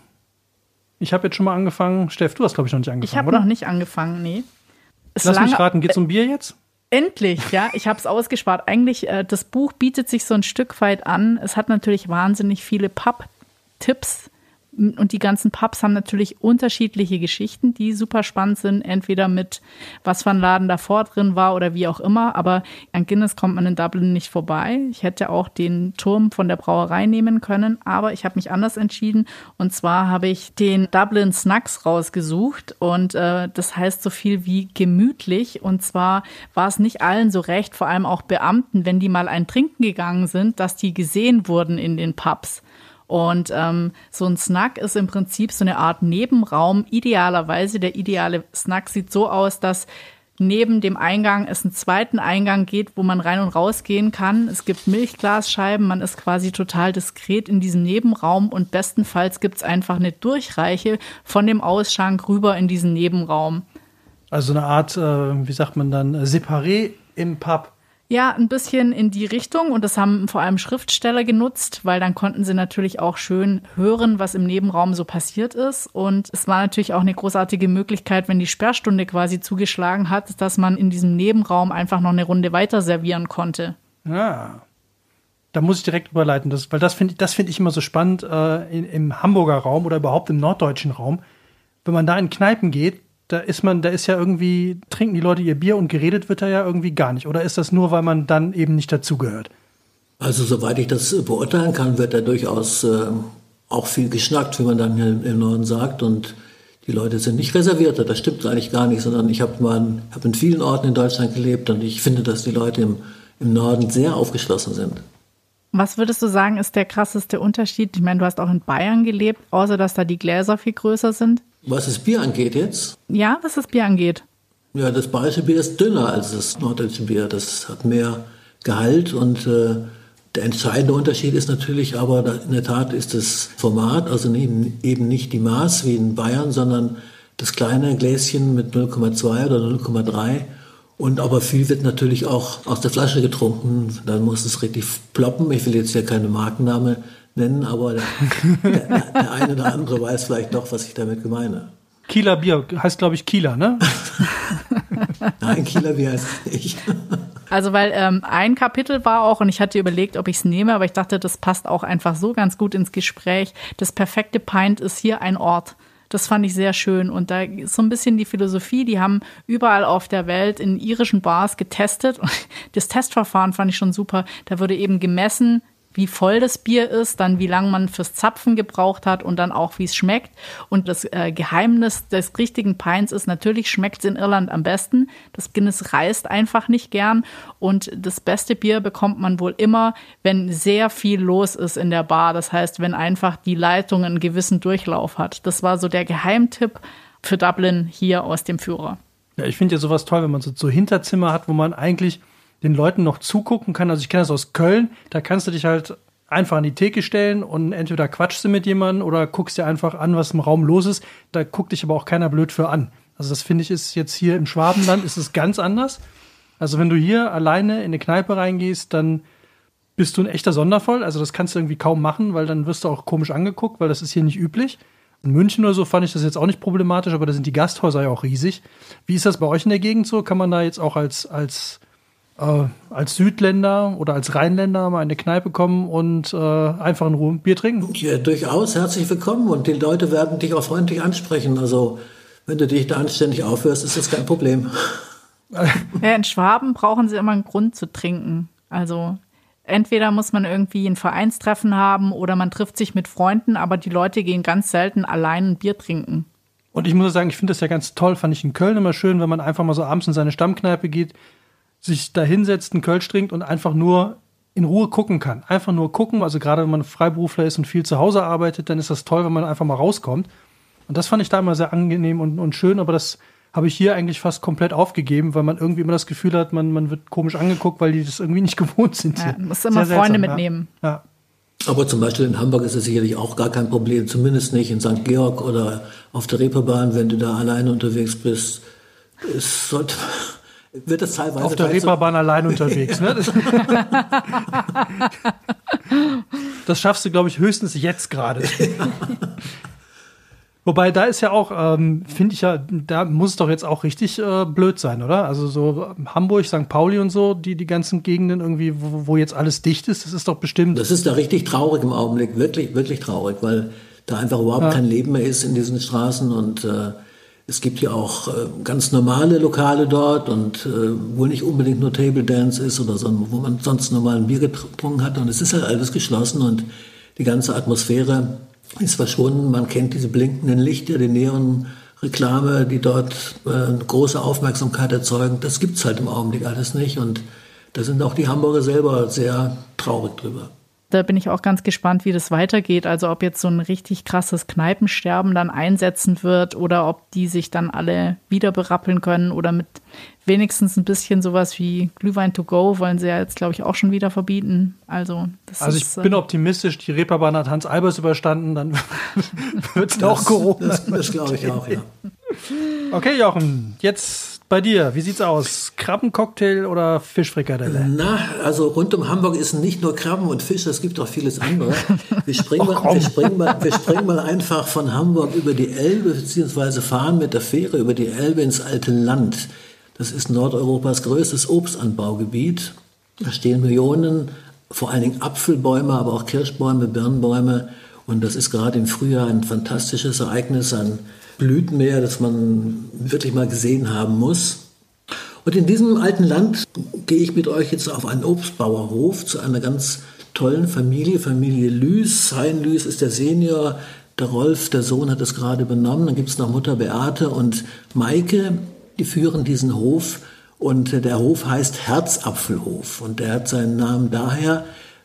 Ich habe jetzt schon mal angefangen. Steff, du hast, glaube ich, noch nicht angefangen, Ich habe noch nicht angefangen, nee. Es Lass lange, mich raten, geht's um Bier jetzt? Endlich, ja. Ich habe es ausgespart. Eigentlich, äh, das Buch bietet sich so ein Stück weit an. Es hat natürlich wahnsinnig viele Pub-Tipps. Und die ganzen Pubs haben natürlich unterschiedliche Geschichten, die super spannend sind. Entweder mit, was für ein Laden davor drin war oder wie auch immer. Aber an Guinness kommt man in Dublin nicht vorbei. Ich hätte auch den Turm von der Brauerei nehmen können. Aber ich habe mich anders entschieden. Und zwar habe ich den Dublin Snacks rausgesucht. Und äh, das heißt so viel wie gemütlich. Und zwar war es nicht allen so recht, vor allem auch Beamten, wenn die mal ein Trinken gegangen sind, dass die gesehen wurden in den Pubs. Und ähm, so ein Snack ist im Prinzip so eine Art Nebenraum. Idealerweise, der ideale Snack sieht so aus, dass neben dem Eingang es einen zweiten Eingang geht, wo man rein und raus gehen kann. Es gibt Milchglasscheiben, man ist quasi total diskret in diesem Nebenraum und bestenfalls gibt es einfach eine Durchreiche von dem Ausschank rüber in diesen Nebenraum. Also eine Art, äh, wie sagt man dann, Separé im Pub. Ja, ein bisschen in die Richtung und das haben vor allem Schriftsteller genutzt, weil dann konnten sie natürlich auch schön hören, was im Nebenraum so passiert ist. Und es war natürlich auch eine großartige Möglichkeit, wenn die Sperrstunde quasi zugeschlagen hat, dass man in diesem Nebenraum einfach noch eine Runde weiter servieren konnte. Ja, da muss ich direkt überleiten, das, weil das finde das find ich immer so spannend äh, in, im Hamburger Raum oder überhaupt im norddeutschen Raum. Wenn man da in Kneipen geht, Da ist man, da ist ja irgendwie, trinken die Leute ihr Bier und geredet wird da ja irgendwie gar nicht. Oder ist das nur, weil man dann eben nicht dazugehört? Also soweit ich das beurteilen kann, wird da durchaus äh, auch viel geschnackt, wie man dann hier im Norden sagt. Und die Leute sind nicht reservierter, das stimmt eigentlich gar nicht. Sondern ich habe hab in vielen Orten in Deutschland gelebt und ich finde, dass die Leute im, im Norden sehr aufgeschlossen sind. Was würdest du sagen, ist der krasseste Unterschied? Ich meine, du hast auch in Bayern gelebt, außer dass da die Gläser viel größer sind. Was das Bier angeht jetzt? Ja, was das Bier angeht. Ja, das bayerische Bier ist dünner als das norddeutsche Bier. Das hat mehr Gehalt und äh, der entscheidende Unterschied ist natürlich aber, in der Tat ist das Format, also eben, eben nicht die Maß wie in Bayern, sondern das kleine Gläschen mit null Komma zwei oder null Komma drei. Und aber viel wird natürlich auch aus der Flasche getrunken. Dann muss es richtig ploppen. Ich will jetzt hier keine Markenname nennen, aber der, der, der eine oder andere weiß vielleicht doch, was ich damit meine. Kieler Bier heißt, glaube ich, Kieler, ne? Nein, Kieler Bier heißt nicht. Also, weil ähm, ein Kapitel war auch, und ich hatte überlegt, ob ich es nehme, aber ich dachte, das passt auch einfach so ganz gut ins Gespräch. Das perfekte Pint ist hier ein Ort. Das fand ich sehr schön. Und da ist so ein bisschen die Philosophie, die haben überall auf der Welt in irischen Bars getestet. Und das Testverfahren fand ich schon super. Da wurde eben gemessen, wie voll das Bier ist, dann wie lange man fürs Zapfen gebraucht hat und dann auch, wie es schmeckt. Und das äh, Geheimnis des richtigen Pints ist, natürlich schmeckt es in Irland am besten. Das Guinness reißt einfach nicht gern. Und das beste Bier bekommt man wohl immer, wenn sehr viel los ist in der Bar. Das heißt, wenn einfach die Leitung einen gewissen Durchlauf hat. Das war so der Geheimtipp für Dublin hier aus dem Führer. Ja, ich finde ja sowas toll, wenn man so, so Hinterzimmer hat, wo man eigentlich den Leuten noch zugucken kann. Also ich kenne das aus Köln, da kannst du dich halt einfach an die Theke stellen und entweder quatschst du mit jemandem oder guckst dir einfach an, was im Raum los ist. Da guckt dich aber auch keiner blöd für an. Also das finde ich ist jetzt hier im Schwabenland ist es ganz anders. Also wenn du hier alleine in eine Kneipe reingehst, dann bist du ein echter Sonderfall. Also das kannst du irgendwie kaum machen, weil dann wirst du auch komisch angeguckt, weil das ist hier nicht üblich. In München oder so fand ich das jetzt auch nicht problematisch, aber da sind die Gasthäuser ja auch riesig. Wie ist das bei euch in der Gegend so? Kann man da jetzt auch als, als Äh, als Südländer oder als Rheinländer mal in eine Kneipe kommen und äh, einfach in Ruhe ein Bier trinken? Ja, durchaus. Herzlich willkommen. Und die Leute werden dich auch freundlich ansprechen. Also, wenn du dich da anständig aufhörst, ist das kein Problem. Ja, in Schwaben brauchen sie immer einen Grund zu trinken. Also, entweder muss man irgendwie ein Vereinstreffen haben oder man trifft sich mit Freunden, aber die Leute gehen ganz selten allein ein Bier trinken. Und ich muss sagen, ich finde das ja ganz toll. Fand ich in Köln immer schön, wenn man einfach mal so abends in seine Stammkneipe geht, sich da hinsetzt, einen Kölsch trinkt und einfach nur in Ruhe gucken kann. Einfach nur gucken, also gerade wenn man Freiberufler ist und viel zu Hause arbeitet, dann ist das toll, wenn man einfach mal rauskommt. Und das fand ich da immer sehr angenehm und, und schön, aber das habe ich hier eigentlich fast komplett aufgegeben, weil man irgendwie immer das Gefühl hat, man, man wird komisch angeguckt, weil die das irgendwie nicht gewohnt sind. Ja, musst immer sehr Freunde seltsam, mitnehmen. Ja. Ja. Aber zum Beispiel in Hamburg ist es sicherlich auch gar kein Problem, zumindest nicht in Sankt Georg oder auf der Reeperbahn, wenn du da alleine unterwegs bist. Es sollte, wird es teilweise auf der Reeperbahn so allein unterwegs. Ne? Das, das schaffst du, glaube ich, höchstens jetzt gerade. Wobei, da ist ja auch, ähm, finde ich ja, da muss es doch jetzt auch richtig äh, blöd sein, oder? Also so Hamburg, Sankt Pauli und so, die, die ganzen Gegenden irgendwie, wo, wo jetzt alles dicht ist, das ist doch bestimmt. Das ist da richtig traurig im Augenblick, wirklich, wirklich traurig, weil da einfach überhaupt ja. kein Leben mehr ist in diesen Straßen und äh, es gibt ja auch äh, ganz normale Lokale dort und äh, wo nicht unbedingt nur Table Dance ist oder so, wo man sonst normal ein Bier getrunken hat und es ist halt alles geschlossen und die ganze Atmosphäre ist verschwunden. Man kennt diese blinkenden Lichter, die Neon-Reklame, die dort äh, große Aufmerksamkeit erzeugen. Das gibt's halt im Augenblick alles nicht. Und da sind auch die Hamburger selber sehr traurig drüber. Da bin ich auch ganz gespannt, wie das weitergeht. Also ob jetzt so ein richtig krasses Kneipensterben dann einsetzen wird oder ob die sich dann alle wieder berappeln können oder mit wenigstens ein bisschen sowas wie Glühwein to go wollen sie ja jetzt, glaube ich, auch schon wieder verbieten. Also, das also ist, ich bin optimistisch, die Reeperbahn hat Hans Albers überstanden, dann wird es auch Corona. Das, das glaube ich auch, ja. Okay, Jochen, jetzt bei dir, wie sieht's aus? Krabbencocktail oder Fischfrikadelle? Na, also rund um Hamburg ist nicht nur Krabben und Fisch, es gibt auch vieles andere. Wir springen, oh, mal, wir, springen mal, wir springen mal einfach von Hamburg über die Elbe, beziehungsweise fahren mit der Fähre über die Elbe ins alte Land. Das ist Nordeuropas größtes Obstanbaugebiet. Da stehen Millionen, vor allen Dingen Apfelbäume, aber auch Kirschbäume, Birnbäume. Und das ist gerade im Frühjahr ein fantastisches Ereignis, ein Blütenmeer, das man wirklich mal gesehen haben muss. Und in diesem alten Land gehe ich mit euch jetzt auf einen Obstbauerhof zu einer ganz tollen Familie, Familie Lüß. Hein Lüß ist der Senior, der Rolf, der Sohn, hat es gerade übernommen. Dann gibt es noch Mutter Beate und Maike, die führen diesen Hof. Und der Hof heißt Herzapfelhof. Und der hat seinen Namen daher,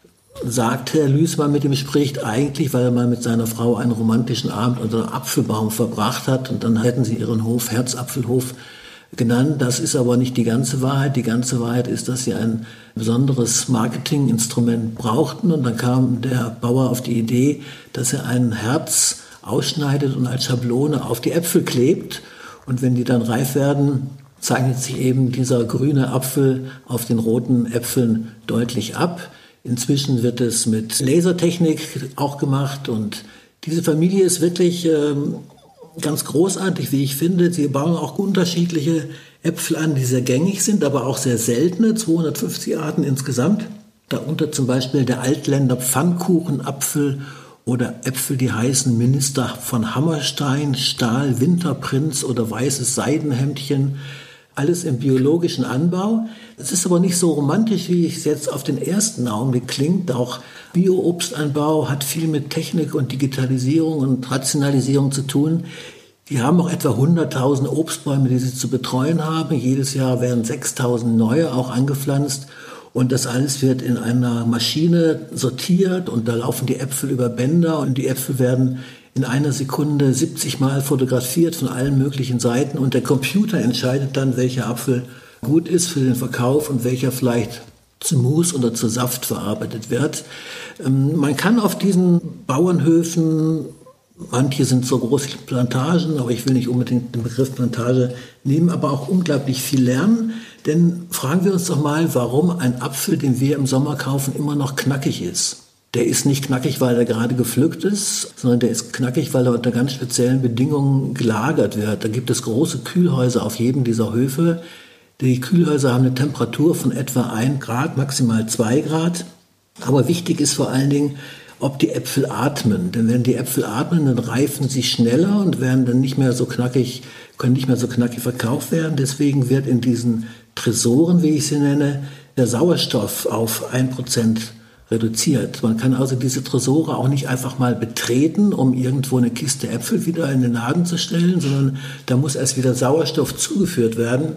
sagt Herr Lüß, mal mit ihm spricht, eigentlich, weil er mal mit seiner Frau einen romantischen Abend unter einem Apfelbaum verbracht hat und dann hätten sie ihren Hof Herzapfelhof genannt. Das ist aber nicht die ganze Wahrheit. Die ganze Wahrheit ist, dass sie ein besonderes Marketinginstrument brauchten und dann kam der Bauer auf die Idee, dass er ein Herz ausschneidet und als Schablone auf die Äpfel klebt und wenn die dann reif werden, zeichnet sich eben dieser grüne Apfel auf den roten Äpfeln deutlich ab. Inzwischen wird es mit Lasertechnik auch gemacht und diese Familie ist wirklich ähm, ganz großartig, wie ich finde. Sie bauen auch unterschiedliche Äpfel an, die sehr gängig sind, aber auch sehr seltene, zweihundertfünfzig Arten insgesamt. Darunter zum Beispiel der Altländer Pfannkuchenapfel oder Äpfel, die heißen Minister von Hammerstein, Stahl, Winterprinz oder weißes Seidenhemdchen. Alles im biologischen Anbau. Es ist aber nicht so romantisch, wie es jetzt auf den ersten Augenblick klingt. Auch Bio-Obstanbau hat viel mit Technik und Digitalisierung und Rationalisierung zu tun. Die haben auch etwa hunderttausend Obstbäume, die sie zu betreuen haben. Jedes Jahr werden sechstausend neue auch angepflanzt. Und das alles wird in einer Maschine sortiert und da laufen die Äpfel über Bänder und die Äpfel werden in einer Sekunde siebzig Mal fotografiert von allen möglichen Seiten und der Computer entscheidet dann, welcher Apfel gut ist für den Verkauf und welcher vielleicht zu Mus oder zu Saft verarbeitet wird. Ähm, man kann auf diesen Bauernhöfen, manche sind so große Plantagen, aber ich will nicht unbedingt den Begriff Plantage nehmen, aber auch unglaublich viel lernen. Denn fragen wir uns doch mal, warum ein Apfel, den wir im Sommer kaufen, immer noch knackig ist. Der ist nicht knackig, weil er gerade gepflückt ist, sondern der ist knackig, weil er unter ganz speziellen Bedingungen gelagert wird. Da gibt es große Kühlhäuser auf jedem dieser Höfe. Die Kühlhäuser haben eine Temperatur von etwa ein Grad, maximal zwei Grad. Aber wichtig ist vor allen Dingen, ob die Äpfel atmen. Denn wenn die Äpfel atmen, dann reifen sie schneller und werden dann nicht mehr so knackig, können nicht mehr so knackig verkauft werden. Deswegen wird in diesen Tresoren, wie ich sie nenne, der Sauerstoff auf ein Prozent reduziert. Man kann also diese Tresore auch nicht einfach mal betreten, um irgendwo eine Kiste Äpfel wieder in den Laden zu stellen, sondern da muss erst wieder Sauerstoff zugeführt werden.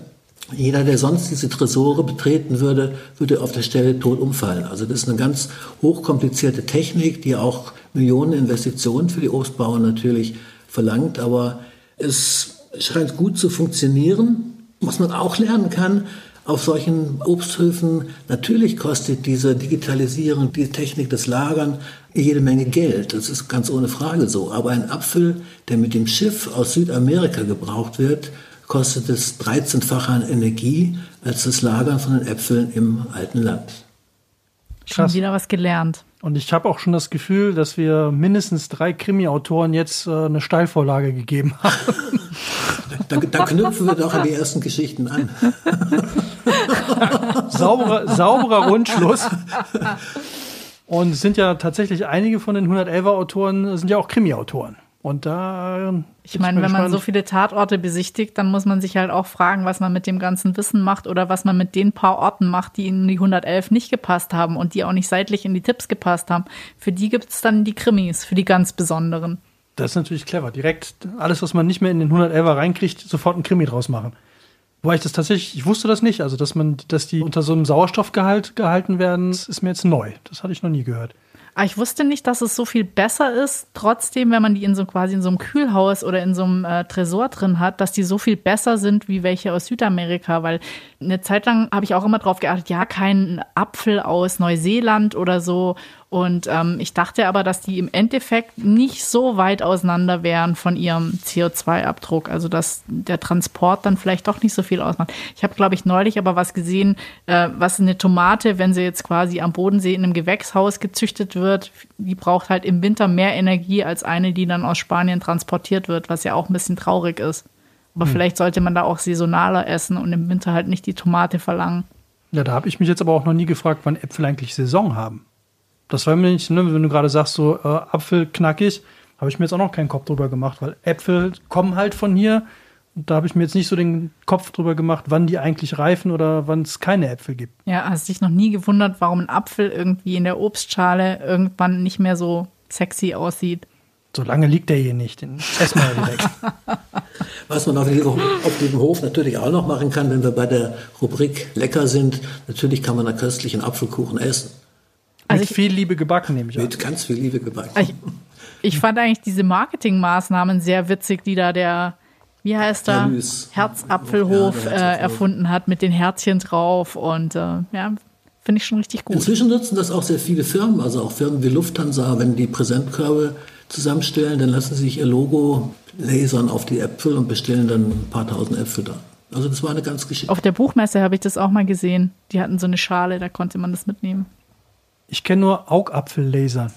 Jeder, der sonst diese Tresore betreten würde, würde auf der Stelle tot umfallen. Also das ist eine ganz hochkomplizierte Technik, die auch Millionen Investitionen für die Obstbauern natürlich verlangt. Aber es scheint gut zu funktionieren. Was man auch lernen kann auf solchen Obsthöfen, natürlich kostet diese Digitalisierung, die Technik des Lagern jede Menge Geld. Das ist ganz ohne Frage so. Aber ein Apfel, der mit dem Schiff aus Südamerika gebraucht wird, kostet es dreizehnfach an Energie als das Lagern von den Äpfeln im alten Land. Schon wieder was gelernt. Und ich habe auch schon das Gefühl, dass wir mindestens drei Krimi-Autoren jetzt äh, eine Steilvorlage gegeben haben. Da, da knüpfen wir doch an die ersten Geschichten an. sauberer, sauberer Rundschluss. Und es sind ja tatsächlich einige von den hundertelfer Autoren sind ja auch Krimi-Autoren. Und da. Ich meine, wenn man so viele Tatorte besichtigt, dann muss man sich halt auch fragen, was man mit dem ganzen Wissen macht oder was man mit den paar Orten macht, die in die hundertelf nicht gepasst haben und die auch nicht seitlich in die Tipps gepasst haben. Für die gibt es dann die Krimis, für die ganz besonderen. Das ist natürlich clever. Direkt alles, was man nicht mehr in den hundertelfer reinkriegt, sofort einen Krimi draus machen. Wobei ich das tatsächlich, ich wusste das nicht, also dass man, dass die unter so einem Sauerstoffgehalt gehalten werden, ist mir jetzt neu. Das hatte ich noch nie gehört. Aber ich wusste nicht, dass es so viel besser ist, trotzdem, wenn man die in so quasi in so einem Kühlhaus oder in so einem äh, Tresor drin hat, dass die so viel besser sind wie welche aus Südamerika, weil eine Zeit lang habe ich auch immer drauf geachtet, ja, kein Apfel aus Neuseeland oder so. Und ähm, ich dachte aber, dass die im Endeffekt nicht so weit auseinander wären von ihrem C O zwei Abdruck. Also dass der Transport dann vielleicht doch nicht so viel ausmacht. Ich habe, glaube ich, neulich aber was gesehen, äh, was eine Tomate, wenn sie jetzt quasi am Bodensee in einem Gewächshaus gezüchtet wird, die braucht halt im Winter mehr Energie als eine, die dann aus Spanien transportiert wird, was ja auch ein bisschen traurig ist. Aber hm. vielleicht sollte man da auch saisonaler essen und im Winter halt nicht die Tomate verlangen. Ja, da habe ich mich jetzt aber auch noch nie gefragt, wann Äpfel eigentlich Saison haben. Das war mir nicht, ne, wenn du gerade sagst, so äh, Apfel knackig, habe ich mir jetzt auch noch keinen Kopf drüber gemacht, weil Äpfel kommen halt von hier. Und da habe ich mir jetzt nicht so den Kopf drüber gemacht, wann die eigentlich reifen oder wann es keine Äpfel gibt. Ja, hast dich noch nie gewundert, warum ein Apfel irgendwie in der Obstschale irgendwann nicht mehr so sexy aussieht? So lange liegt der hier nicht, den essen wir ja direkt. Was man auf diesem, auf diesem Hof natürlich auch noch machen kann, wenn wir bei der Rubrik lecker sind, natürlich kann man da köstlichen Apfelkuchen essen. Also Mit ich, viel Liebe gebacken, nehme ich an. Mit ganz viel Liebe gebacken. Ich, ich fand eigentlich diese Marketingmaßnahmen sehr witzig, die da der, wie heißt er, Herzapfelhof, ja, der Herzapfelhof. Äh, erfunden hat, mit den Herzchen drauf. Und äh, ja, finde ich schon richtig gut. Inzwischen nutzen das auch sehr viele Firmen, also auch Firmen wie Lufthansa, wenn die Präsentkörbe zusammenstellen, dann lassen sie sich ihr Logo lasern auf die Äpfel und bestellen dann ein paar tausend Äpfel da. Also das war eine ganz Geschichte. Auf der Buchmesse habe ich das auch mal gesehen. Die hatten so eine Schale, da konnte man das mitnehmen. Ich kenne nur Augapfellasern.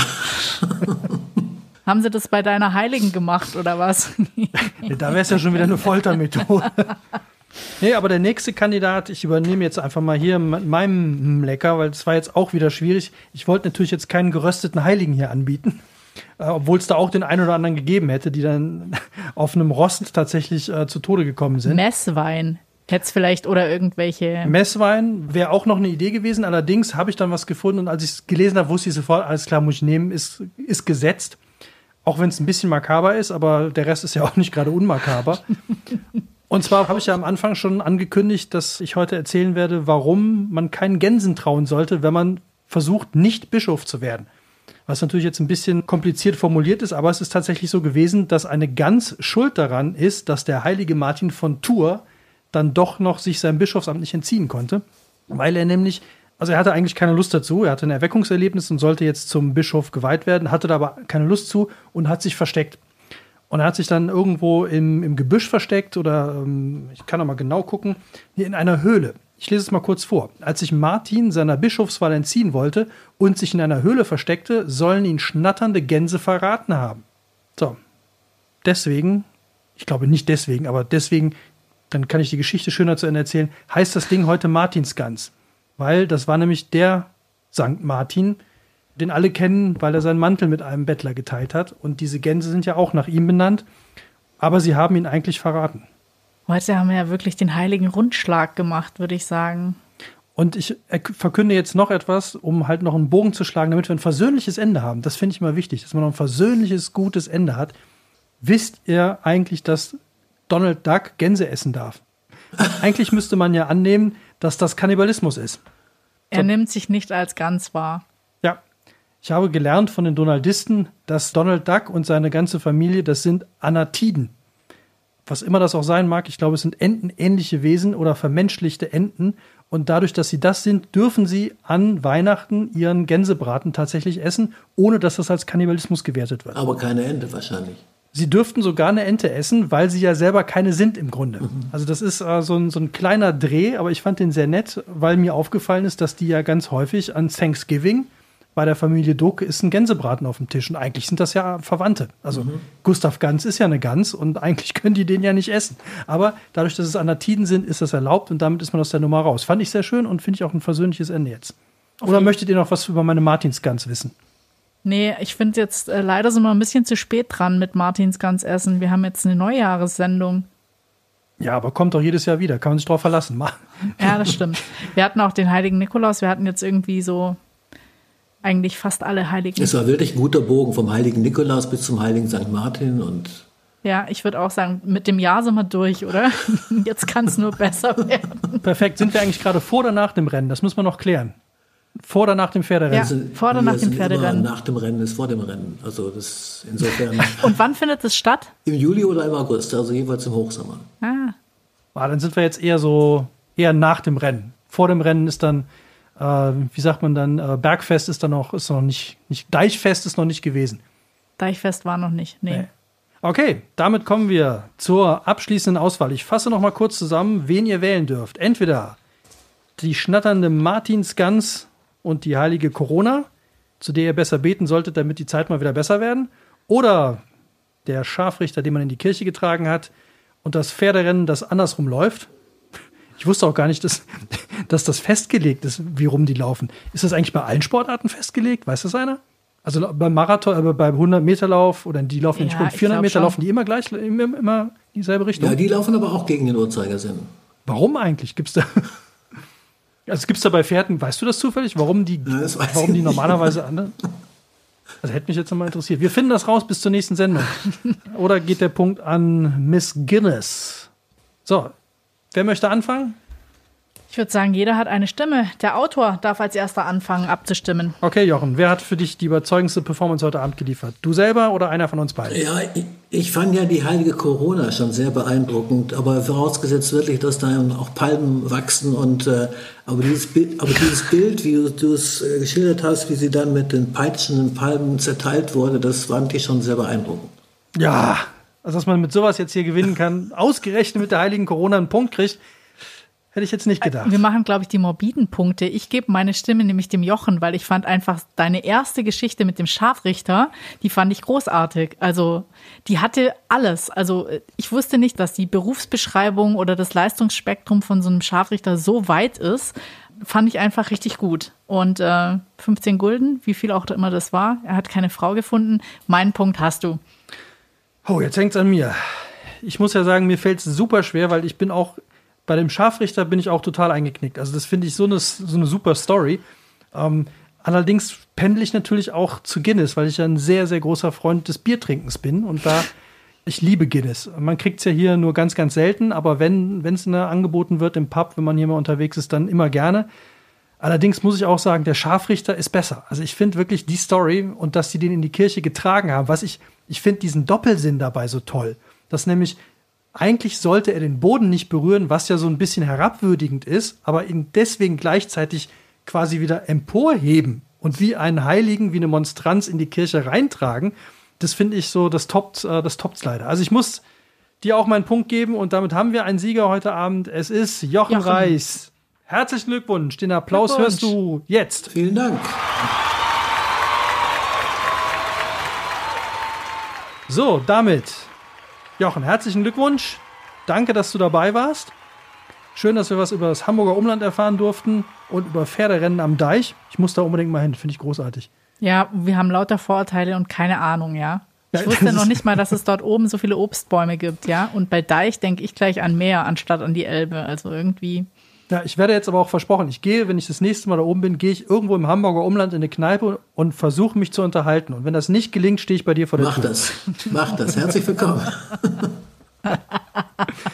Haben sie das bei deiner Heiligen gemacht, oder was? Da wäre es ja schon wieder eine Foltermethode. Nee, aber der nächste Kandidat, ich übernehme jetzt einfach mal hier mit meinem Lecker, weil es war jetzt auch wieder schwierig. Ich wollte natürlich jetzt keinen gerösteten Heiligen hier anbieten, äh, obwohl es da auch den einen oder anderen gegeben hätte, die dann auf einem Rost tatsächlich äh, zu Tode gekommen sind. Messwein. Hätt's vielleicht oder irgendwelche. Messwein wäre auch noch eine Idee gewesen. Allerdings habe ich dann was gefunden und als ich es gelesen habe, wusste ich sofort, alles klar, muss ich nehmen, ist, ist gesetzt. Auch wenn es ein bisschen makaber ist, aber der Rest ist ja auch nicht gerade unmakaber. Und zwar habe ich ja am Anfang schon angekündigt, dass ich heute erzählen werde, warum man keinen Gänsen trauen sollte, wenn man versucht, nicht Bischof zu werden. Was natürlich jetzt ein bisschen kompliziert formuliert ist, aber es ist tatsächlich so gewesen, dass eine Gans schuld daran ist, dass der heilige Martin von Tours dann doch noch sich seinem Bischofsamt nicht entziehen konnte, weil er nämlich, also er hatte eigentlich keine Lust dazu, er hatte ein Erweckungserlebnis und sollte jetzt zum Bischof geweiht werden, hatte da aber keine Lust zu und hat sich versteckt. Und er hat sich dann irgendwo im, im Gebüsch versteckt oder, ähm, ich kann noch mal genau gucken, hier in einer Höhle. Ich lese es mal kurz vor. Als sich Martin seiner Bischofswahl entziehen wollte und sich in einer Höhle versteckte, sollen ihn schnatternde Gänse verraten haben. So, deswegen, ich glaube nicht deswegen, aber deswegen, dann kann ich die Geschichte schöner zu Ende erzählen, heißt das Ding heute Martinsgans. Weil das war nämlich der Sankt Martin, den alle kennen, weil er seinen Mantel mit einem Bettler geteilt hat. Und diese Gänse sind ja auch nach ihm benannt. Aber sie haben ihn eigentlich verraten. Heute haben wir ja wirklich den heiligen Rundschlag gemacht, würde ich sagen. Und ich verkünde jetzt noch etwas, um halt noch einen Bogen zu schlagen, damit wir ein versöhnliches Ende haben. Das finde ich mal wichtig, dass man noch ein versöhnliches, gutes Ende hat. Wisst ihr eigentlich, dass Donald Duck Gänse essen darf? Eigentlich müsste man ja annehmen, dass das Kannibalismus ist. Er so. nimmt sich nicht als Gans wahr. Ja, ich habe gelernt von den Donaldisten, dass Donald Duck und seine ganze Familie, das sind Anatiden. Was immer das auch sein mag, ich glaube, es sind entenähnliche Wesen oder vermenschlichte Enten. Und dadurch, dass sie das sind, dürfen sie an Weihnachten ihren Gänsebraten tatsächlich essen, ohne dass das als Kannibalismus gewertet wird. Aber keine Ente wahrscheinlich. Sie dürften sogar eine Ente essen, weil sie ja selber keine sind im Grunde. Mhm. Also das ist äh, so, ein, so ein kleiner Dreh, aber ich fand den sehr nett, weil mir aufgefallen ist, dass die ja ganz häufig an Thanksgiving bei der Familie Duck ist ein Gänsebraten auf dem Tisch. Und eigentlich sind das ja Verwandte. Also mhm. Gustav Gans ist ja eine Gans und eigentlich können die den ja nicht essen. Aber dadurch, dass es Anatiden sind, ist das erlaubt und damit ist man aus der Nummer raus. Fand ich sehr schön und finde ich auch ein versöhnliches Ende jetzt. Oder okay. Möchtet ihr noch was über meine Martinsgans wissen? Nee, ich finde jetzt, äh, leider sind wir ein bisschen zu spät dran mit Martinsgans essen. Wir haben jetzt eine Neujahressendung. Ja, aber kommt doch jedes Jahr wieder. Kann man sich drauf verlassen. Ja, das stimmt. Wir hatten auch den heiligen Nikolaus. Wir hatten jetzt irgendwie so eigentlich fast alle Heiligen. Es war wirklich ein guter Bogen vom heiligen Nikolaus bis zum heiligen Sankt Martin. Und ja, ich würde auch sagen, mit dem Jahr sind wir durch, oder? Jetzt kann es nur besser werden. Perfekt. Sind wir eigentlich gerade vor oder nach dem Rennen? Das muss man noch klären. Vor oder nach dem Pferderennen? Ja, also, vor oder nach dem Pferderennen? Nach dem Rennen ist vor dem Rennen. Also das insofern. Und wann findet es statt? Im Juli oder im August, also jeweils im Hochsommer. Ah. Ah, dann sind wir jetzt eher so, eher nach dem Rennen. Vor dem Rennen ist dann, äh, wie sagt man dann, äh, Bergfest ist dann noch, ist noch nicht, nicht, Deichfest ist noch nicht gewesen. Deichfest war noch nicht, nee. nee. Okay, damit kommen wir zur abschließenden Auswahl. Ich fasse noch mal kurz zusammen, wen ihr wählen dürft. Entweder die schnatternde Martinsgans und die heilige Corona, zu der ihr besser beten solltet, damit die Zeit mal wieder besser werden. Oder der Scharfrichter, den man in die Kirche getragen hat und das Pferderennen, das andersrum läuft. Ich wusste auch gar nicht, dass, dass das festgelegt ist, wie rum die laufen. Ist das eigentlich bei allen Sportarten festgelegt? Weiß das einer? Also beim Marathon, aber beim hundert-Meter-Lauf oder die laufen nicht, ja, vierhundert Meter laufen die immer gleich, immer, immer dieselbe Richtung? Ja, die laufen aber auch gegen den Uhrzeigersinn. Warum eigentlich? Gibt's da... Also gibt es da bei Pferden, weißt du das zufällig, warum die, ja, das warum die normalerweise andere? Also hätte mich jetzt nochmal interessiert. Wir finden das raus bis zur nächsten Sendung. Oder geht der Punkt an Miss Guinness? So, wer möchte anfangen? Ich würde sagen, jeder hat eine Stimme. Der Autor darf als erster anfangen abzustimmen. Okay, Jochen, wer hat für dich die überzeugendste Performance heute Abend geliefert? Du selber oder einer von uns beiden? Ja, ich, ich fand ja die heilige Corona schon sehr beeindruckend, aber vorausgesetzt wirklich, dass da auch Palmen wachsen und äh, aber, dieses Bild, aber dieses Bild, wie du, du es äh, geschildert hast, wie sie dann mit den peitschenden Palmen zerteilt wurde, das fand ich schon sehr beeindruckend. Ja, also dass man mit sowas jetzt hier gewinnen kann, ausgerechnet mit der heiligen Corona einen Punkt kriegt, hätte ich jetzt nicht gedacht. Wir machen, glaube ich, die morbiden Punkte. Ich gebe meine Stimme nämlich dem Jochen, weil ich fand einfach deine erste Geschichte mit dem Scharfrichter, die fand ich großartig. Also die hatte alles. Also ich wusste nicht, dass die Berufsbeschreibung oder das Leistungsspektrum von so einem Scharfrichter so weit ist. Fand ich einfach richtig gut. Und äh, fünfzehn Gulden, wie viel auch immer das war, er hat keine Frau gefunden. Meinen Punkt hast du. Oh, jetzt hängt's an mir. Ich muss ja sagen, mir fällt es super schwer, weil ich bin auch bei dem Scharfrichter bin ich auch total eingeknickt. Also das finde ich so eine, so eine super Story. Ähm, allerdings pendle ich natürlich auch zu Guinness, weil ich ja ein sehr, sehr großer Freund des Biertrinkens bin. Und da, ich liebe Guinness. Man kriegt es ja hier nur ganz, ganz selten. Aber wenn es angeboten wird im Pub, wenn man hier mal unterwegs ist, dann immer gerne. Allerdings muss ich auch sagen, der Scharfrichter ist besser. Also ich finde wirklich die Story und dass sie den in die Kirche getragen haben, was ich, ich finde diesen Doppelsinn dabei so toll. Dass nämlich eigentlich sollte er den Boden nicht berühren, was ja so ein bisschen herabwürdigend ist, aber ihn deswegen gleichzeitig quasi wieder emporheben und wie einen Heiligen, wie eine Monstranz in die Kirche reintragen. Das finde ich so, das toppt, äh, das toppt's leider. Also ich muss dir auch meinen Punkt geben und damit haben wir einen Sieger heute Abend. Es ist Jochen, Jochen. Reis. Herzlichen Glückwunsch. Den Applaus hörst du jetzt. Vielen Dank. So, damit Jochen, herzlichen Glückwunsch. Danke, dass du dabei warst. Schön, dass wir was über das Hamburger Umland erfahren durften und über Pferderennen am Deich. Ich muss da unbedingt mal hin, finde ich großartig. Ja, wir haben lauter Vorurteile und keine Ahnung, ja. Ich wusste noch nicht mal, dass es dort oben so viele Obstbäume gibt, ja. Und bei Deich denke ich gleich an Meer anstatt an die Elbe. Also irgendwie. Ja, ich werde jetzt aber auch versprochen, ich gehe, wenn ich das nächste Mal da oben bin, gehe ich irgendwo im Hamburger Umland in eine Kneipe und versuche mich zu unterhalten. Und wenn das nicht gelingt, stehe ich bei dir vor der Mach Tür. Mach das, mach das. Herzlich willkommen.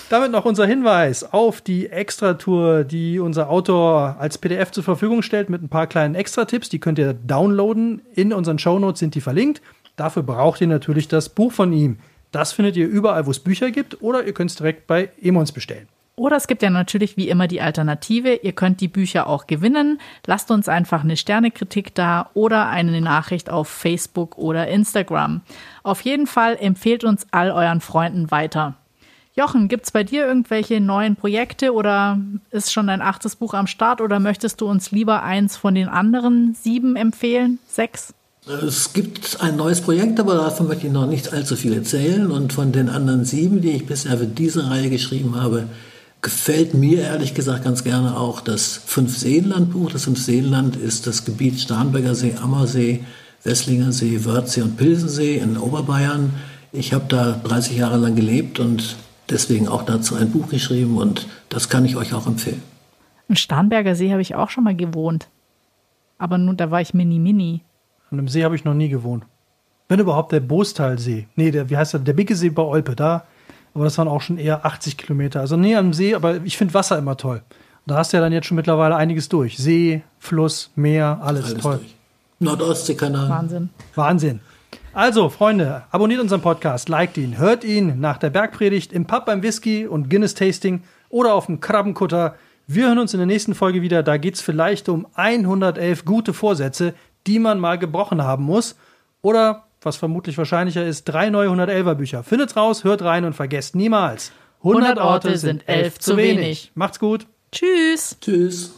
Damit noch unser Hinweis auf die Extratour, die unser Autor als P D F zur Verfügung stellt mit ein paar kleinen Extra-Tipps. Die könnt ihr downloaden. In unseren Shownotes sind die verlinkt. Dafür braucht ihr natürlich das Buch von ihm. Das findet ihr überall, wo es Bücher gibt, oder ihr könnt es direkt bei Emons bestellen. Oder es gibt ja natürlich wie immer die Alternative. Ihr könnt die Bücher auch gewinnen. Lasst uns einfach eine Sternekritik da oder eine Nachricht auf Facebook oder Instagram. Auf jeden Fall empfehlt uns all euren Freunden weiter. Jochen, gibt's bei dir irgendwelche neuen Projekte oder ist schon dein achtes Buch am Start oder möchtest du uns lieber eins von den anderen sieben empfehlen? Sechs? Es gibt ein neues Projekt, aber davon möchte ich noch nicht allzu viel erzählen. Und von den anderen sieben, die ich bisher für diese Reihe geschrieben habe, gefällt mir ehrlich gesagt ganz gerne auch das Fünf-Seenland-Buch. Das Fünf-Seenland ist das Gebiet Starnberger See, Ammersee, Wesslinger See, Wörthsee und Pilsensee in Oberbayern. Ich habe da dreißig Jahre lang gelebt und deswegen auch dazu ein Buch geschrieben und das kann ich euch auch empfehlen. Im Starnberger See habe ich auch schon mal gewohnt. Aber nun, da war ich mini-mini. An dem See habe ich noch nie gewohnt. Wenn überhaupt der Boostalsee. Nee, der, wie heißt der? Der Biggesee bei Olpe, da. Aber das waren auch schon eher achtzig Kilometer. Also näher am See, aber ich finde Wasser immer toll. Und da hast du ja dann jetzt schon mittlerweile einiges durch. See, Fluss, Meer, alles, alles toll. Durch. Nordostseekanal. Wahnsinn. Wahnsinn. Also, Freunde, abonniert unseren Podcast, liked ihn, hört ihn nach der Bergpredigt im Pub beim Whisky und Guinness-Tasting oder auf dem Krabbenkutter. Wir hören uns in der nächsten Folge wieder. Da geht es vielleicht um hundertelf gute Vorsätze, die man mal gebrochen haben muss. Oder, was vermutlich wahrscheinlicher ist, drei neue hundertelfer Bücher. Findet's raus, hört rein und vergesst niemals. hundert Orte sind elf zu wenig. Macht's gut. Tschüss. Tschüss.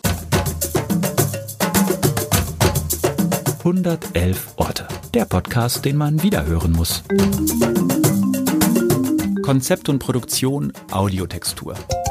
hundertelf Orte. Der Podcast, den man wiederhören muss. Konzept und Produktion Audiotextur.